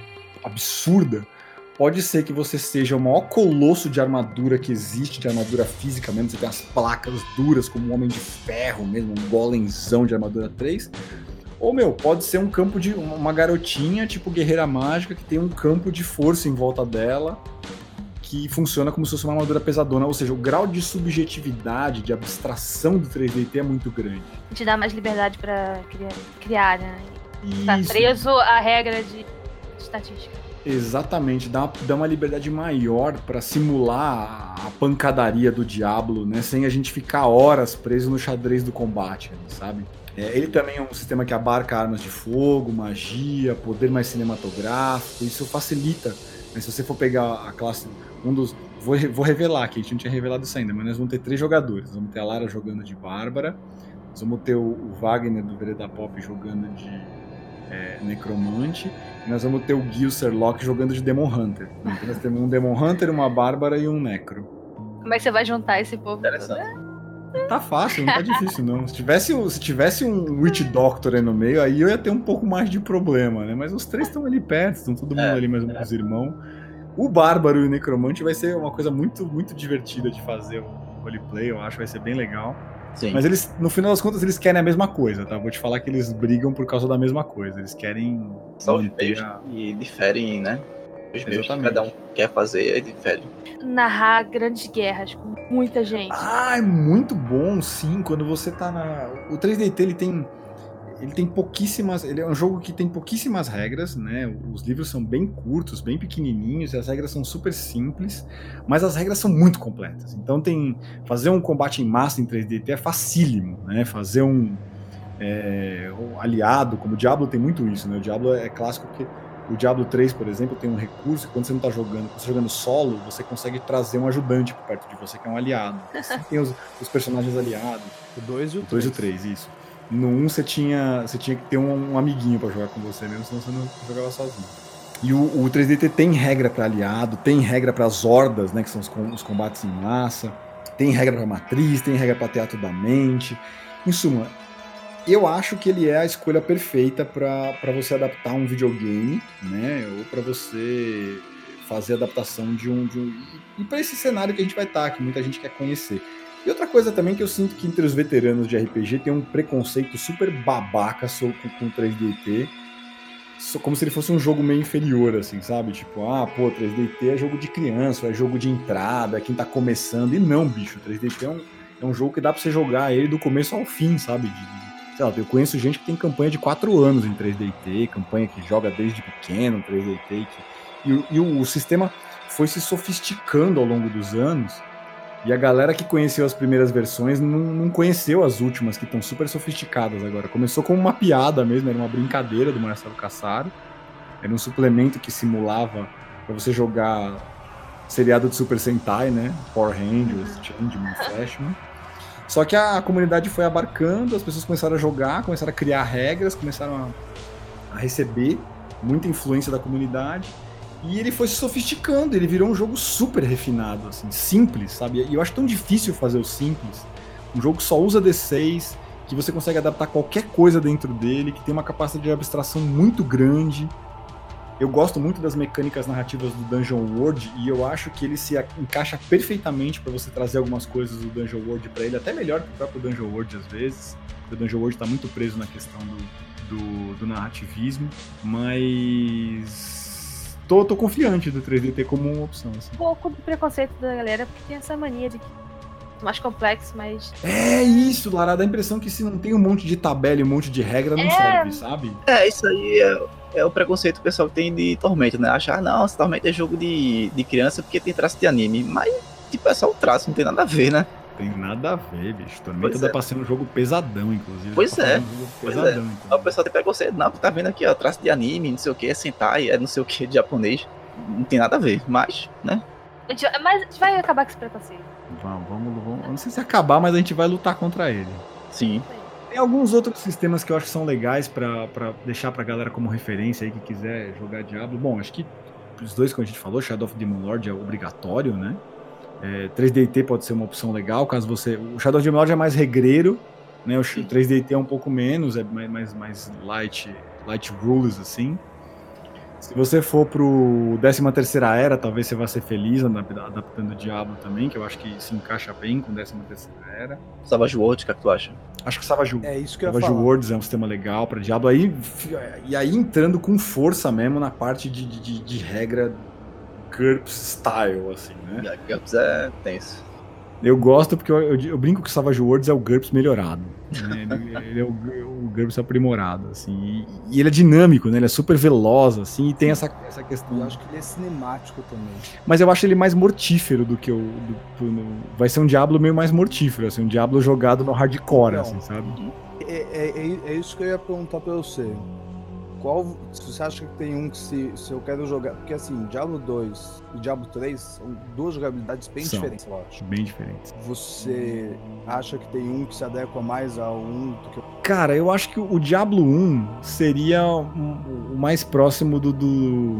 absurda, pode ser que você seja o maior colosso de armadura que existe, de armadura física mesmo. Você tem as placas duras como um homem de ferro mesmo, um golemzão de armadura três. Ou, meu, pode ser um campo de... uma garotinha, tipo guerreira mágica, que tem um campo de força em volta dela, que funciona como se fosse uma armadura pesadona. Ou seja, o grau de subjetividade, de abstração do três D T é muito grande. Te dá mais liberdade pra criar, criar né? Isso. Tá preso à regra de estatística. Exatamente, dá uma, dá uma liberdade maior pra simular a pancadaria do Diablo, né? Sem a gente ficar horas preso no xadrez do combate, sabe? É, ele também é um sistema que abarca armas de fogo, magia, poder mais cinematográfico. Isso facilita, né? Se você for pegar a classe... Um dos, vou, vou revelar aqui, a gente não tinha revelado isso ainda, mas nós vamos ter três jogadores. Nós vamos ter a Lara jogando de Bárbara, nós vamos ter o, o Wagner do Vereda Pop jogando de é, Necromante, e nós vamos ter o Gui, o Serlock, jogando de Demon Hunter. Então nós temos um Demon Hunter, uma Bárbara e um Necro. Como é que você vai juntar esse povo? Tá fácil, não tá difícil não. Se tivesse, se tivesse um Witch Doctor aí no meio, aí eu ia ter um pouco mais de problema, né? Mas os três estão ali perto, estão todo mundo é, ali mais ou menos é. irmão. O Bárbaro e o Necromante vai ser uma coisa muito, muito divertida de fazer o roleplay, eu acho que vai ser bem legal. Sim. Mas eles, no final das contas, eles querem a mesma coisa, tá? Vou te falar que eles brigam por causa da mesma coisa. Eles querem só manter a... e diferem, né? Os meios que cada um quer fazer, é diferente. Narrar grandes guerras com muita gente. Ah, é muito bom, sim, quando você tá na... O três D T, ele tem... Ele tem pouquíssimas... Ele é um jogo que tem pouquíssimas regras, né? Os livros são bem curtos, bem pequenininhos, e as regras são super simples, mas as regras são muito completas. Então tem... Fazer um combate em massa em três D T é facílimo, né? Fazer um... É, um aliado, como o Diablo tem muito isso, né? O Diablo é clássico porque... O Diablo três, por exemplo, tem um recurso que quando você não está jogando, quando você tá jogando solo, você consegue trazer um ajudante por perto de você, que é um aliado. Você tem os, os personagens aliados. O dois e o três. O dois e o três, isso. No um você tinha, você tinha que ter um, um amiguinho para jogar com você mesmo, senão você não jogava sozinho. E o, o três D T tem regra para aliado, tem regra para as hordas, né, que são os, os combates em massa, tem regra para matriz, tem regra para teatro da mente. Em suma, eu acho que ele é a escolha perfeita para você adaptar um videogame, né, ou para você fazer a adaptação de um... De um e para esse cenário que a gente vai estar, que muita gente quer conhecer. E outra coisa também que eu sinto que entre os veteranos de R P G tem um preconceito super babaca com, com três D T, como se ele fosse um jogo meio inferior, assim, sabe? Tipo, ah, pô, três D T é jogo de criança, é jogo de entrada, é quem tá começando. E não, bicho, três D T é um, é um jogo que dá pra você jogar ele do começo ao fim, sabe? De, de, sei lá, eu conheço gente que tem campanha de quatro anos em três D T, campanha que joga desde pequeno três D T. Que, e e o, o sistema foi se sofisticando ao longo dos anos. E a galera que conheceu as primeiras versões não, não conheceu as últimas, que estão super sofisticadas agora. Começou como uma piada mesmo, era uma brincadeira do Marcelo Cassaro. Era um suplemento que simulava para você jogar seriado de Super Sentai, né? Power Rangers, Changeman, Flashman. Só que a comunidade foi abarcando, as pessoas começaram a jogar, começaram a criar regras, começaram a, a receber muita influência da comunidade. E ele foi se sofisticando, ele virou um jogo super refinado, assim, simples, sabe? E eu acho tão difícil fazer o simples. Um jogo que só usa D seis, que você consegue adaptar qualquer coisa dentro dele, que tem uma capacidade de abstração muito grande. Eu gosto muito das mecânicas narrativas do Dungeon World, e eu acho que ele se encaixa perfeitamente para você trazer algumas coisas do Dungeon World para ele, até melhor que o próprio Dungeon World às vezes, porque o Dungeon World está muito preso na questão do, do, do narrativismo, mas... Tô, tô confiante do três D T como uma opção. Assim. Um pouco do preconceito da galera, porque tem essa mania de que é mais complexo, mas... É isso, Lara, dá a impressão que se não tem um monte de tabela e um monte de regra, não é... serve, sabe? É, isso aí é, é o preconceito que o pessoal tem de Tormenta, né? Achar, não, esse Tormenta é jogo de, de criança porque tem traço de anime. Mas, tipo, é só o traço, não tem nada a ver, né? Tem nada a ver, bicho. Tormenta dá é. pra ser um jogo pesadão, inclusive. Pois é. Um pois pesadão, é. Então. O pessoal tem preconceito. Não, tá vendo aqui, ó, traço de anime, não sei o que, é Sentai, é não sei o que de japonês. Não tem nada a ver, mas, né? Mas a gente vai acabar com esse preconceito. Vamos, vamos, vamos. Eu não sei se acabar, mas a gente vai lutar contra ele. Sim. Tem alguns outros sistemas que eu acho que são legais pra, pra deixar pra galera como referência aí que quiser jogar Diablo. Bom, acho que os dois que a gente falou, Shadow of the Demon Lord é obrigatório, né? É, três D T pode ser uma opção legal, caso você... O Shadow of the Demon Lord é mais regreiro, né? O três D T é um pouco menos, é mais, mais, mais light, light rules, assim. Se você for pro décima terceira Era, talvez você vá ser feliz adaptando o Diablo também, que eu acho que se encaixa bem com décima terceira Era. Savage Worlds, o que, é que tu acha? Acho que o Savage, é isso que eu Savage Worlds é um sistema legal para Diablo. Aí, e aí entrando com força mesmo na parte de, de, de regra GURPS style, assim, né? GURPS é tenso. Eu gosto porque eu, eu, eu brinco que o Savage Worlds é o GURPS melhorado. Né? Ele, ele é o, o GURPS aprimorado, assim. E, e ele é dinâmico, né? Ele é super veloz, assim, e tem essa, essa questão. Eu acho que ele é cinemático também. Mas eu acho ele mais mortífero do que o... Do, do, vai ser um Diablo meio mais mortífero, assim. Um Diablo jogado no hardcore, Não, assim, sabe? É, é, é isso que eu ia perguntar pra você. Qual, se você acha que tem um que se, se eu quero jogar... Porque assim, Diablo dois e Diablo três são duas jogabilidades bem são, diferentes, eu acho. Bem diferentes. Você acha que tem um que se adequa mais a um do que o... Cara, eu acho que o Diablo um seria o mais próximo do, do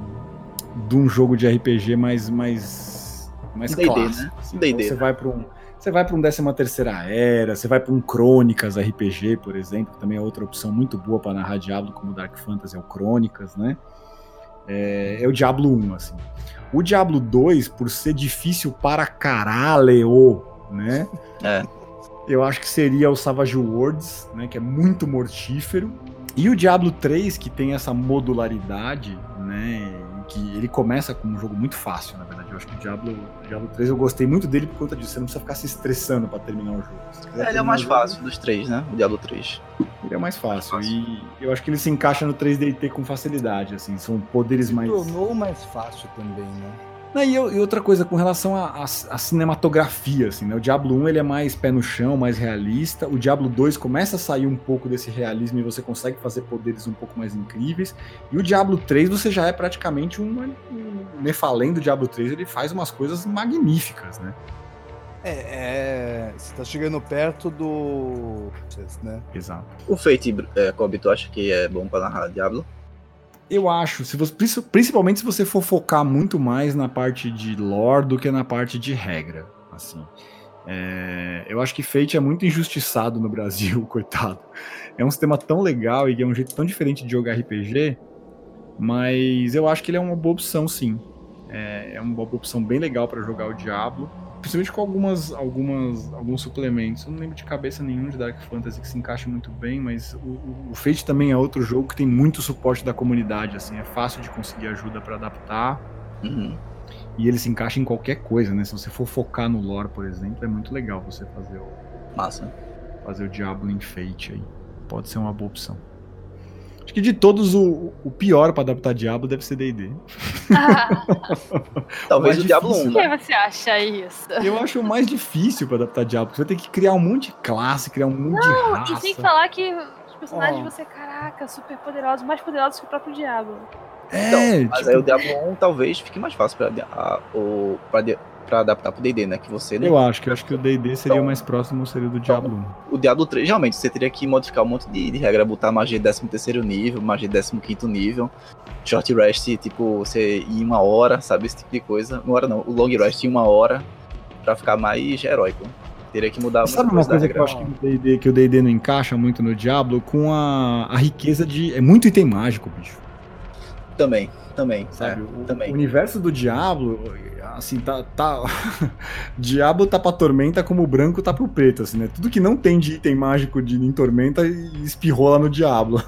de um jogo de R P G mais, mais, mais D and D, clássico. Né? Assim. D and D, então, você né? vai para um... Você vai para um décima terceira Era, você vai para um Crônicas R P G, por exemplo, que também é outra opção muito boa para narrar Diablo, como Dark Fantasy é o Crônicas, né? É, é o Diablo um, assim. O Diablo dois, por ser difícil para caralho, né? É. Eu acho que seria o Savage Worlds, né? Que é muito mortífero. E o Diablo três, que tem essa modularidade, né? Que ele começa com um jogo muito fácil, na verdade. Eu acho que o Diablo, o Diablo três eu gostei muito dele por conta disso. Você não precisa ficar se estressando pra terminar o jogo. É, ele é o mais fácil jogo, dos três, né? O Diablo três. Ele é mais fácil. Mais fácil. E eu acho que ele se encaixa no três D T com facilidade, assim. São poderes se mais... tornou mais fácil também, né? E, e outra coisa, com relação à cinematografia, assim, né? O Diablo um ele é mais pé no chão, mais realista. O Diablo dois começa a sair um pouco desse realismo e você consegue fazer poderes um pouco mais incríveis. E o Diablo três você já é praticamente um... um Nefalém do Diablo três, ele faz umas coisas magníficas, né? É, é... Você tá chegando perto do... né? Exato. O Fate, é, Kobe, tu acha que é bom pra narrar Diablo? Eu acho, se você, principalmente se você for focar muito mais na parte de lore do que na parte de regra, assim. É, eu acho que Fate é muito injustiçado no Brasil, coitado. É um sistema tão legal e é um jeito tão diferente de jogar R P G, mas eu acho que ele é uma boa opção, sim. É, é uma boa opção bem legal para jogar o Diablo, principalmente com algumas, algumas, alguns suplementos. Eu não lembro de cabeça nenhum de Dark Fantasy que se encaixe muito bem, mas o, o, o Fate também é outro jogo que tem muito suporte da comunidade, assim, é fácil de conseguir ajuda para adaptar. Uhum. E ele se encaixa em qualquer coisa, né? Se você for focar no lore, por exemplo, é muito legal você fazer o, Massa. fazer o Diablo em Fate aí. Pode ser uma boa opção. Acho que de todos, o, o pior pra adaptar Diablo deve ser D e D. Ah, Talvez mais o Diablo difícil. um, por né? que você acha isso? Eu acho o mais difícil pra adaptar Diablo, porque você vai ter que criar um monte de classe, criar um monte de raça. E sem falar que os personagens Ó. vão ser, caraca, super poderosos, mais poderosos que o próprio Diablo. É, Então, mas tipo, aí o Diablo um talvez fique mais fácil pra, a, o, pra, de- pra adaptar pro D e D, né? Que você, né? eu acho que eu acho que o D e D seria Então- o mais próximo, seria do Diablo um. O Diablo três, realmente, você teria que modificar um monte de, de regra, botar magia de décimo terceiro nível, magia de décimo quinto nível, short rest, tipo, você ir em uma hora, sabe? Esse tipo de coisa. Uma hora não, o long rest em uma hora, pra ficar mais heróico. Teria que mudar Sabe muita uma coisa coisa da que eu regra. acho que o D e D, que o D e D não encaixa muito no Diablo? Com a, a riqueza de... É muito item mágico, bicho. Também, também, Sabe? é, o, também. o universo do Diablo, assim, tá... tá... Diablo tá pra Tormenta como o branco tá pro preto, assim, né? Tudo que não tem de item mágico de, em Tormenta espirrou lá no Diablo.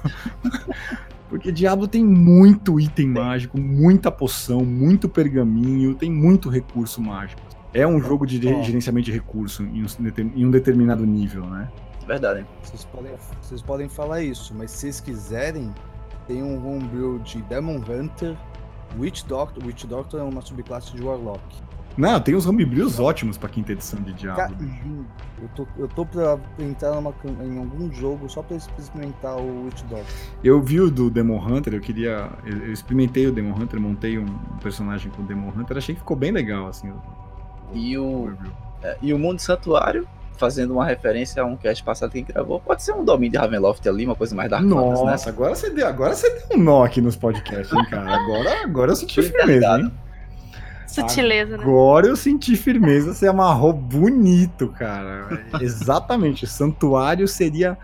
Porque Diablo tem muito item mágico, muita poção, muito pergaminho, tem muito recurso mágico. É um jogo de Ó. gerenciamento de recurso em um, em um determinado nível, né? Verdade. Vocês podem, vocês podem falar isso, mas se vocês quiserem, tem um homebrew de Demon Hunter, Witch Doctor. Witch Doctor é uma subclasse de Warlock. Não, tem uns homebrews ótimos pra quinta edição de Diablo. Cara, lindo. Eu tô, eu tô pra entrar numa, cam- em algum jogo só pra experimentar o Witch Doctor. Eu vi o do Demon Hunter, eu queria... Eu, eu experimentei o Demon Hunter, montei um personagem com o Demon Hunter, achei que ficou bem legal, assim. O, E o, homebrew. é, e o Mundo Santuário, fazendo uma referência a um cast passado que a gente gravou, pode ser um domínio de Ravenloft ali, uma coisa mais Dark Fantasy, né? Nossa, agora você, deu, agora você deu um nó aqui nos podcasts, hein, cara? Agora, agora eu senti Bem firmeza, carregado. hein? Sutileza, né? Agora eu senti firmeza, você amarrou bonito, cara. Exatamente, Santuário seria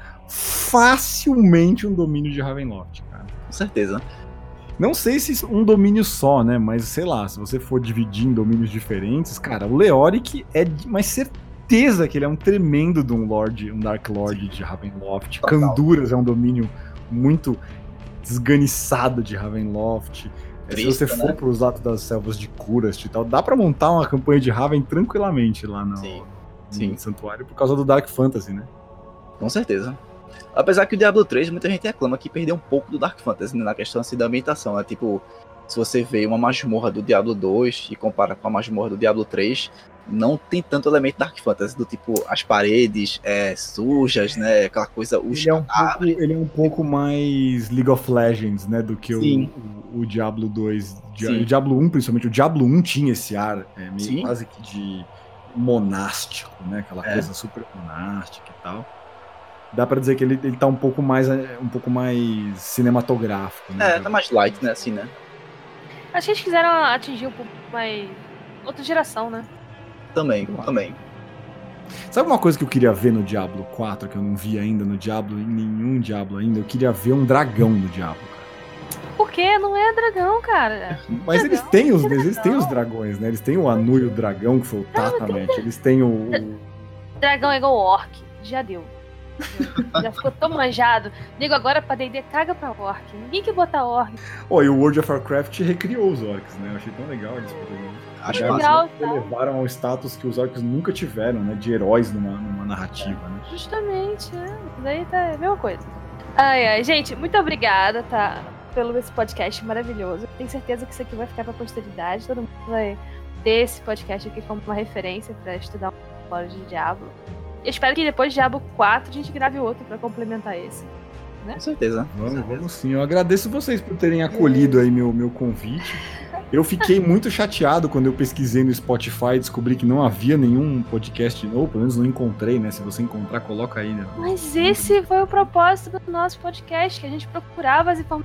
facilmente um domínio de Ravenloft, cara. Com certeza. Não sei se um domínio só, né? Mas sei lá, se você for dividir em domínios diferentes, cara, o Leoric é de mais certeza que ele é um tremendo de um Lord, um Dark Lord de Ravenloft. Total. Canduras é um domínio muito desganiçado de Ravenloft. Triste, se você for né? pros lados das selvas de Curast e tal, dá pra montar uma campanha de Raven tranquilamente lá no, Sim, no sim. Santuário por causa do Dark Fantasy, né? Com certeza. Apesar que o Diablo três, muita gente reclama que perdeu um pouco do Dark Fantasy, né, na questão assim, da ambientação. Né? Tipo, se você vê uma masmorra do Diablo dois e compara com a masmorra do Diablo três, não tem tanto elemento Dark Fantasy, do tipo, as paredes é, sujas, né? Aquela coisa, os Ele é, um pouco, ele é um pouco mais League of Legends, né, do que o, Sim. o, o Diablo dois. Dia- Sim. O Diablo um, principalmente, o Diablo um tinha esse ar é, meio Sim. quase que de monástico, né, aquela É. coisa super monástica e tal. Dá pra dizer que ele, ele tá um pouco mais é, um pouco mais cinematográfico, né? É, tá mais light, né, assim, né? Acho que eles quiseram atingir um pouco mais. Outra geração, né? Também, também. Sabe uma coisa que eu queria ver no Diablo quatro, que eu não vi ainda no Diablo, em nenhum Diablo ainda? Eu queria ver um dragão no Diablo, cara. Porque não é dragão, cara. Mas eles Dragão? têm os, Que eles têm os dragão? dragões, né? Eles têm o Anu e o dragão, que foi o Tatamete. Eles têm o... o- Dragão é igual orc. Já deu. Já ficou tão manjado. Digo agora pra D e D, caga pra orc. Ninguém quer botar orc. Oh, e o World of Warcraft recriou os orcs, né? Eu achei tão legal eles poderem... Acho Eles legal, tá? levaram ao status que os orcs nunca tiveram, né? De heróis numa, numa narrativa, né? Justamente, né? Daí tá a mesma coisa. Ai, ai, gente, muito obrigada, tá? Pelo esse podcast maravilhoso. Tenho certeza que isso aqui vai ficar pra posteridade. Todo mundo vai ter esse podcast aqui como uma referência pra estudar um lore de Diablo. Eu espero que depois de Diablo quatro a gente grave outro pra complementar esse. Com certeza. Vamos, vamos sim. Eu agradeço vocês por terem acolhido aí meu, meu convite. Eu fiquei muito chateado quando eu pesquisei no Spotify e descobri que não havia nenhum podcast novo, pelo menos não encontrei, né? Se você encontrar, coloca aí, né? Mas esse foi o propósito do nosso podcast, que a gente procurava as informações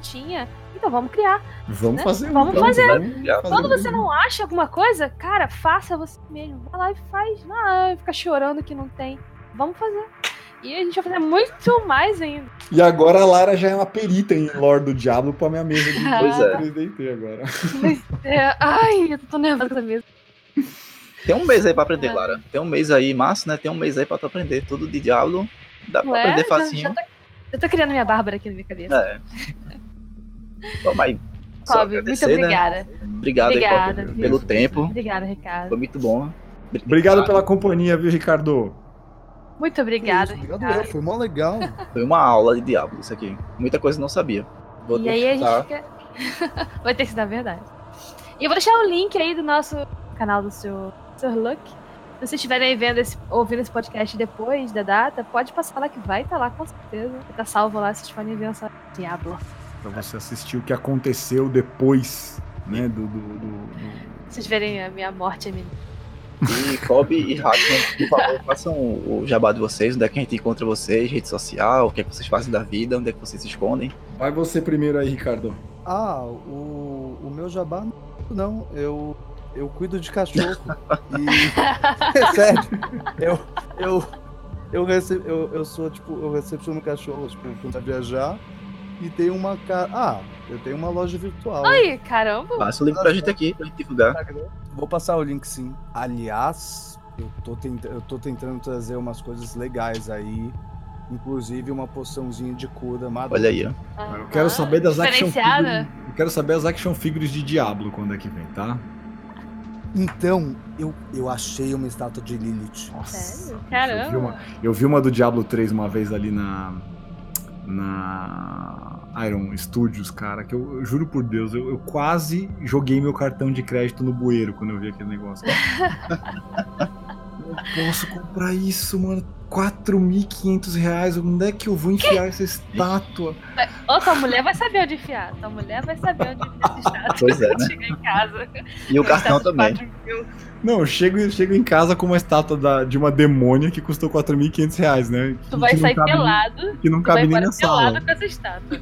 tinha, então vamos criar. Vamos né? fazer. Vamos então, fazer. Vamos fazer. Quando você não acha alguma coisa, cara, faça você mesmo. Vai lá e faz. Não, fica chorando que não tem. Vamos fazer. E a gente vai fazer muito mais ainda. E agora a Lara já é uma perita em lore do Diablo pra minha mesa de Pois é. três D T agora. É, ai, eu tô nervosa mesmo. Tem um mês aí pra aprender, Lara. Tem um mês aí, massa, né? Tem um mês aí pra tu aprender tudo de Diablo. Dá pra Ué, aprender já- facinho. já tô- Eu tô criando minha Bárbara aqui na minha cabeça. É. Bom, mas só Kobe, muito agradecer, né? obrigada. Obrigado Obrigada, aí, Kobe, viu? pelo tempo. Obrigada, Ricardo. Foi muito bom. Obrigado pela companhia, viu, Ricardo? Muito obrigada, Obrigado, Ricardo. eu, foi mó legal. Foi uma aula de Diablo isso aqui. Muita coisa eu não sabia. Vou E aí a deixar- gente fica... Vai ter que ser da verdade. E eu vou deixar o link aí do nosso canal do seu, senhor Luck. Se vocês estiverem vendo esse, ouvindo esse podcast depois da data, pode passar lá que vai estar lá, com certeza. Vai tá salvo lá, se vocês forem ver essa Diablo. Pra você assistir o que aconteceu depois, né, do... do, do, do... Se vocês verem a minha morte, a minha... E Kobe e Hackman, por favor, façam o jabá de vocês, onde é que a gente encontra vocês, rede social, o que é que vocês fazem da vida, onde é que vocês se escondem. Vai você primeiro aí, Ricardo. Ah, o, o meu jabá não, eu, eu cuido de cachorro. E. É sério, eu, eu, eu, recebo, eu, eu sou, tipo, eu recepciono cachorros, tipo, quando vai viajar. E tem uma ca... Ah, eu tenho uma loja virtual. Ai, caramba. Passa o link pra gente aqui, pra gente divulgar. Vou passar o link sim. Aliás, eu tô, tent... eu tô tentando trazer umas coisas legais aí. Inclusive uma poçãozinha de cura madura. Olha aí, ó. Eu quero saber das action Diferenciada. figures. Eu quero saber as action figures de Diablo quando é que vem, tá? Então, eu, eu achei uma estátua de Lilith. Nossa. Sério? Eu vi, Caramba. uma, eu vi uma do Diablo três uma vez ali na. Na Iron Studios, cara, que eu, eu juro por Deus, eu, eu quase joguei meu cartão de crédito no bueiro quando eu vi aquele negócio. Eu posso comprar isso, mano. quatro mil e quinhentos reais. Onde é que eu vou enfiar essa estátua? Ô, tua mulher vai saber onde enfiar. Tua mulher vai saber onde enfiar essa estátua. Pois é, quando né? chegar em casa. E o Uma cartão estátua de também. quatro mil. Não, eu chego, eu chego em casa com uma estátua da- de uma demônia que custou quatro mil e quinhentos reais, né? Tu vai que não sair cabe nem- pelado. Que não Tu vai cabe nem embora na sala. pelado com essa estátua.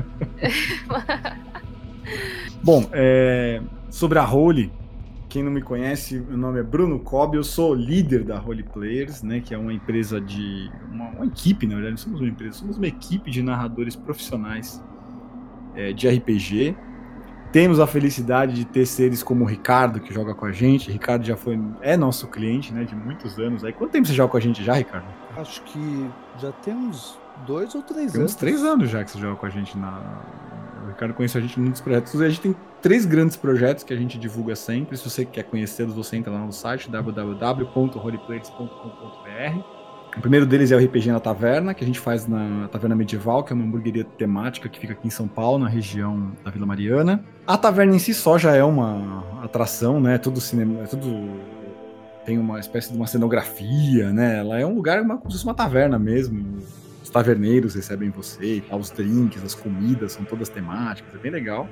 Bom, é, sobre a Holy, quem não me conhece, meu nome é Bruno Kobe, eu sou líder da Holy Players, né, que é uma empresa de... Uma, uma equipe, na verdade, não somos uma empresa, somos uma equipe de narradores profissionais é, de R P G. Temos a felicidade de ter seres como o Ricardo, que joga com a gente. Ricardo já foi, é nosso cliente, né, de muitos anos. Aí, quanto tempo você joga com a gente já, Ricardo? Acho que já tem uns dois ou três Tem anos. uns três anos já que você joga com a gente na... O Ricardo conhece a gente em muitos projetos. A gente tem três grandes projetos que a gente divulga sempre. Se você quer conhecê-los, você entra lá no site w w w ponto holyplayers ponto com ponto b r. O primeiro deles é o R P G na Taverna, que a gente faz na Taverna Medieval, que é uma hamburgueria temática que fica aqui em São Paulo, na região da Vila Mariana. A taverna em si só já é uma atração, né? Tudo cinema, tudo tem uma espécie de uma cenografia, né? Ela é um lugar uma, como se fosse uma taverna mesmo. Os taverneiros recebem você, tá? Os drinks, as comidas são todas temáticas, é bem legal.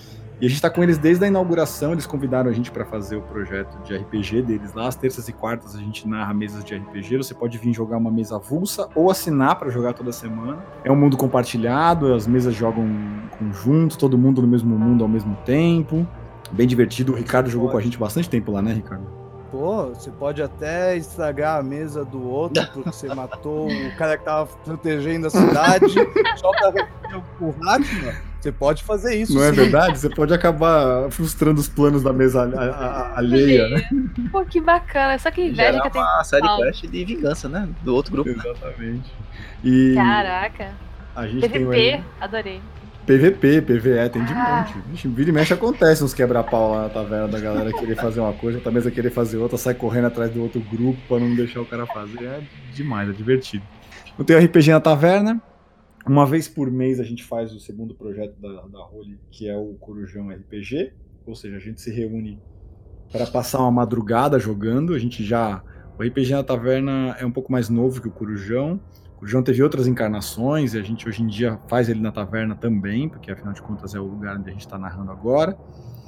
E a gente tá com eles desde a inauguração, eles convidaram a gente para fazer o projeto de R P G deles lá. Às terças e quartas a gente narra mesas de R P G, você pode vir jogar uma mesa avulsa ou assinar para jogar toda semana. É um mundo compartilhado, as mesas jogam conjunto, todo mundo no mesmo mundo ao mesmo tempo. Bem divertido, o Ricardo jogou com a gente bastante tempo lá, né, Ricardo? Pô, você pode até estragar a mesa do outro porque você matou o cara que tava protegendo a cidade só pra resolver o Hackman. Você pode fazer isso. Não é sim. verdade? Você pode acabar frustrando os planos da mesa a- a- a- alheia, né? Pô, que bacana. Só que inveja Gerar que eu tenho. uma série Paulo. quest de vingança, né? Do outro grupo. Exatamente. E Caraca. a gente tem P V P, um adorei. P V P, P V E, tem de Ah. monte. Vixe, vira e mexe acontece uns quebra-pau lá na taverna da galera querer fazer uma coisa, outra mesa querer fazer outra, sai correndo atrás do outro grupo pra não deixar o cara fazer. É demais, é divertido. Eu tenho R P G na taverna. Uma vez por mês a gente faz o segundo projeto da, da Holy, que é o Corujão R P G. Ou seja, a gente se reúne para passar uma madrugada jogando. A gente já... O R P G na taverna é um pouco mais novo que o Corujão. O Corujão teve outras encarnações e a gente hoje em dia faz ele na taverna também, porque afinal de contas é o lugar onde a gente está narrando agora.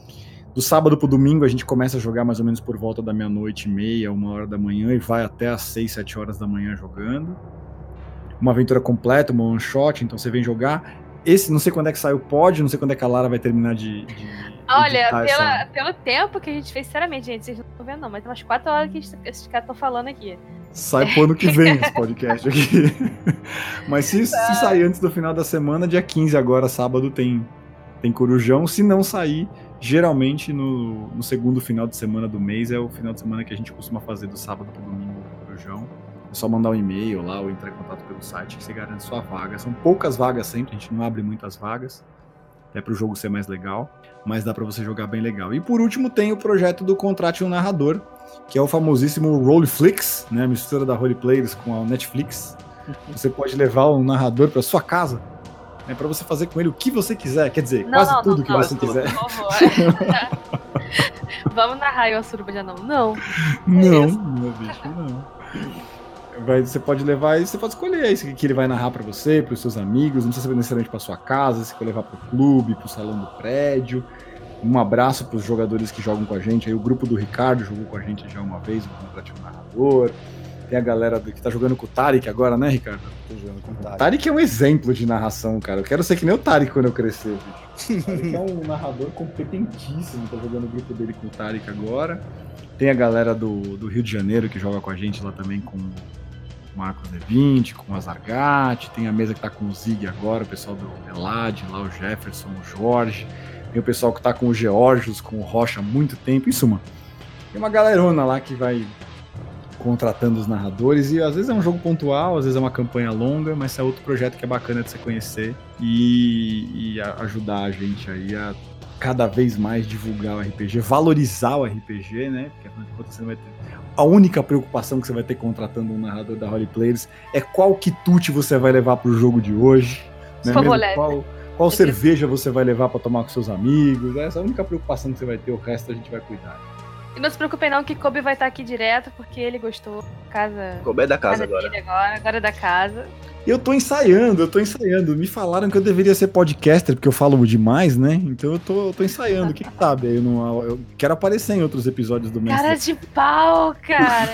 Do sábado pro domingo a gente começa a jogar mais ou menos por volta da meia-noite e meia, uma hora da manhã, e vai até às seis, sete horas da manhã jogando. Uma aventura completa, uma one shot, então você vem jogar. esse, não sei quando é que sai o pod, não sei quando é que a Lara vai terminar de... de Olha, pela, essa... pelo tempo que a gente fez, sinceramente, gente, vocês não estão vendo não, mas tem umas quatro horas que esses caras estão falando aqui. Sai pro ano que vem esse podcast aqui. Mas se, se sair antes do final da semana, dia quinze agora, sábado, tem, tem Corujão. Se não sair, geralmente no, no segundo final de semana do mês, é o final de semana que a gente costuma fazer do sábado pro domingo o Corujão. É só mandar um e-mail lá ou entrar em contato pelo site que você garante sua vaga. São poucas vagas sempre, a gente não abre muitas vagas. É para o jogo ser mais legal, mas dá para você jogar bem legal. E por último tem o projeto do Contrate um Narrador, que é o famosíssimo Roleflix, né, a mistura da Roleplayers com a Netflix. Você pode levar um narrador para sua casa, né, para você fazer com ele o que você quiser, quer dizer, não, quase não, tudo não, que não, você não, quiser. Por favor. Vamos narrar eu a Suruba de Anão? Não. Não, meu bicho, não. Vai, você pode levar e você pode escolher isso que ele vai narrar para você, para os seus amigos, não precisa ser necessariamente para sua casa, você quer levar para o clube, para o salão do prédio. Um abraço para os jogadores que jogam com a gente. Aí o grupo do Ricardo jogou com a gente já uma vez, o Contrate um Narrador. Tem a galera do, que tá jogando com o Tarek agora, né, Ricardo? Tô jogando com o Tarek. O Tarek é um exemplo de narração, cara. Eu quero ser que nem o Tarek quando eu crescer, bicho. O Tarek é um narrador competentíssimo, tá jogando o grupo dele com o Tarek agora. Tem a galera do, do Rio de Janeiro que joga com a gente lá também com o Marcos D vinte, com o Azargate. Tem a mesa que tá com o Zig agora, o pessoal do Elad, lá o Jefferson, o Jorge. Tem o pessoal que tá com o Georgios, com o Rocha há muito tempo. Isso, mano. Tem uma galerona lá que vai contratando os narradores e às vezes é um jogo pontual, às vezes é uma campanha longa, mas é outro projeto que é bacana de você conhecer e, e a, ajudar a gente aí a cada vez mais divulgar o R P G, valorizar o R P G, né? Porque afinal de contas você vai ter... A única preocupação que você vai ter contratando um narrador da Roleplayers é qual quitute você vai levar pro jogo de hoje, né? Mesmo qual, qual cerveja você vai levar para tomar com seus amigos, essa é a única preocupação que você vai ter, o resto a gente vai cuidar. E não se preocupem não que Kobe vai estar aqui direto, porque ele gostou. Casa, Kobe é da casa, casa agora. agora. Agora é da casa. Eu tô ensaiando, eu tô ensaiando. Me falaram que eu deveria ser podcaster, porque eu falo demais, né? Então eu tô, eu tô ensaiando. Quem sabe? Eu, não, eu quero aparecer em outros episódios do Mestre. Cara de pau, cara.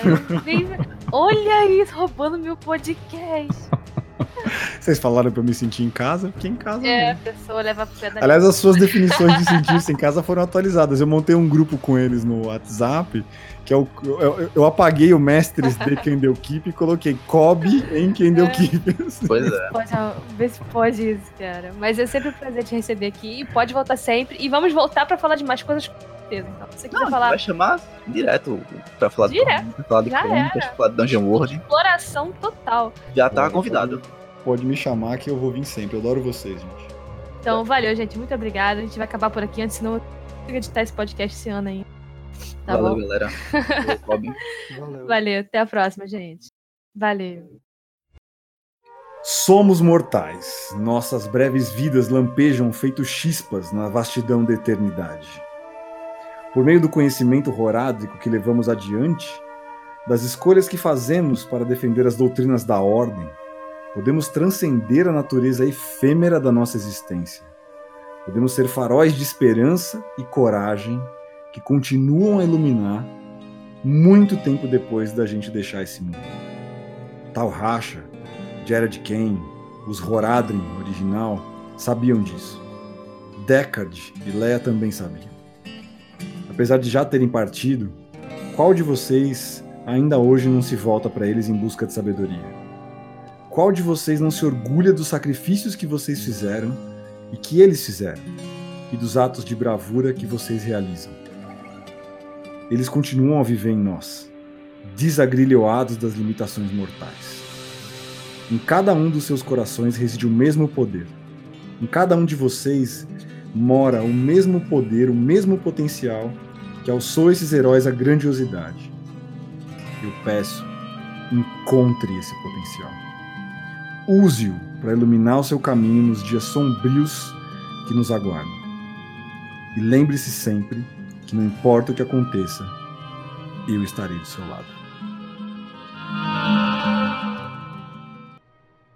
Olha isso, roubando meu podcast. Vocês falaram pra eu me sentir em casa? Fiquei em casa. É, né? a pessoa leva pro pé da Aliás, as suas definições de sentir-se em casa foram atualizadas. Eu montei um grupo com eles no WhatsApp, que é o, eu, eu apaguei o Mestres de Quem Deu Keep e coloquei Kobe em Quem Deu Keep. Pois é. Pode, vê se pode isso, cara. Mas é sempre um prazer te receber aqui. Pode voltar sempre. E vamos voltar pra falar de mais coisas com certeza. Então, se você quiser Não, falar. vai chamar direto pra falar Direto. do pra falar de Já crônicas, era. pra falar de Dungeon World. Exploração total. Já tá convidado. Pode me chamar que eu vou vir sempre. Eu adoro vocês, gente. Então, valeu, gente. Muito obrigada. A gente vai acabar por aqui, antes senão eu vou editar esse podcast esse ano aí. Tá Valeu, bom? galera. Valeu, Valeu. Valeu. Até a próxima, gente. Valeu. Somos mortais. Nossas breves vidas lampejam feito chispas na vastidão da eternidade. Por meio do conhecimento horádrico que levamos adiante, das escolhas que fazemos para defender as doutrinas da ordem, podemos transcender a natureza efêmera da nossa existência. Podemos ser faróis de esperança e coragem que continuam a iluminar muito tempo depois da gente deixar esse mundo. Tal Racha, Jared Kane, os Horadrim original sabiam disso. Deckard e Leia também sabiam. Apesar de já terem partido, qual de vocês ainda hoje não se volta para eles em busca de sabedoria? Qual de vocês não se orgulha dos sacrifícios que vocês fizeram e que eles fizeram, e dos atos de bravura que vocês realizam? Eles continuam a viver em nós, desagrilhoados das limitações mortais. Em cada um dos seus corações reside o mesmo poder. Em cada um de vocês mora o mesmo poder, o mesmo potencial que alçou esses heróis à grandiosidade. Eu peço, encontre esse potencial. Use-o para iluminar o seu caminho nos dias sombrios que nos aguardam. E lembre-se sempre que não importa o que aconteça, eu estarei do seu lado.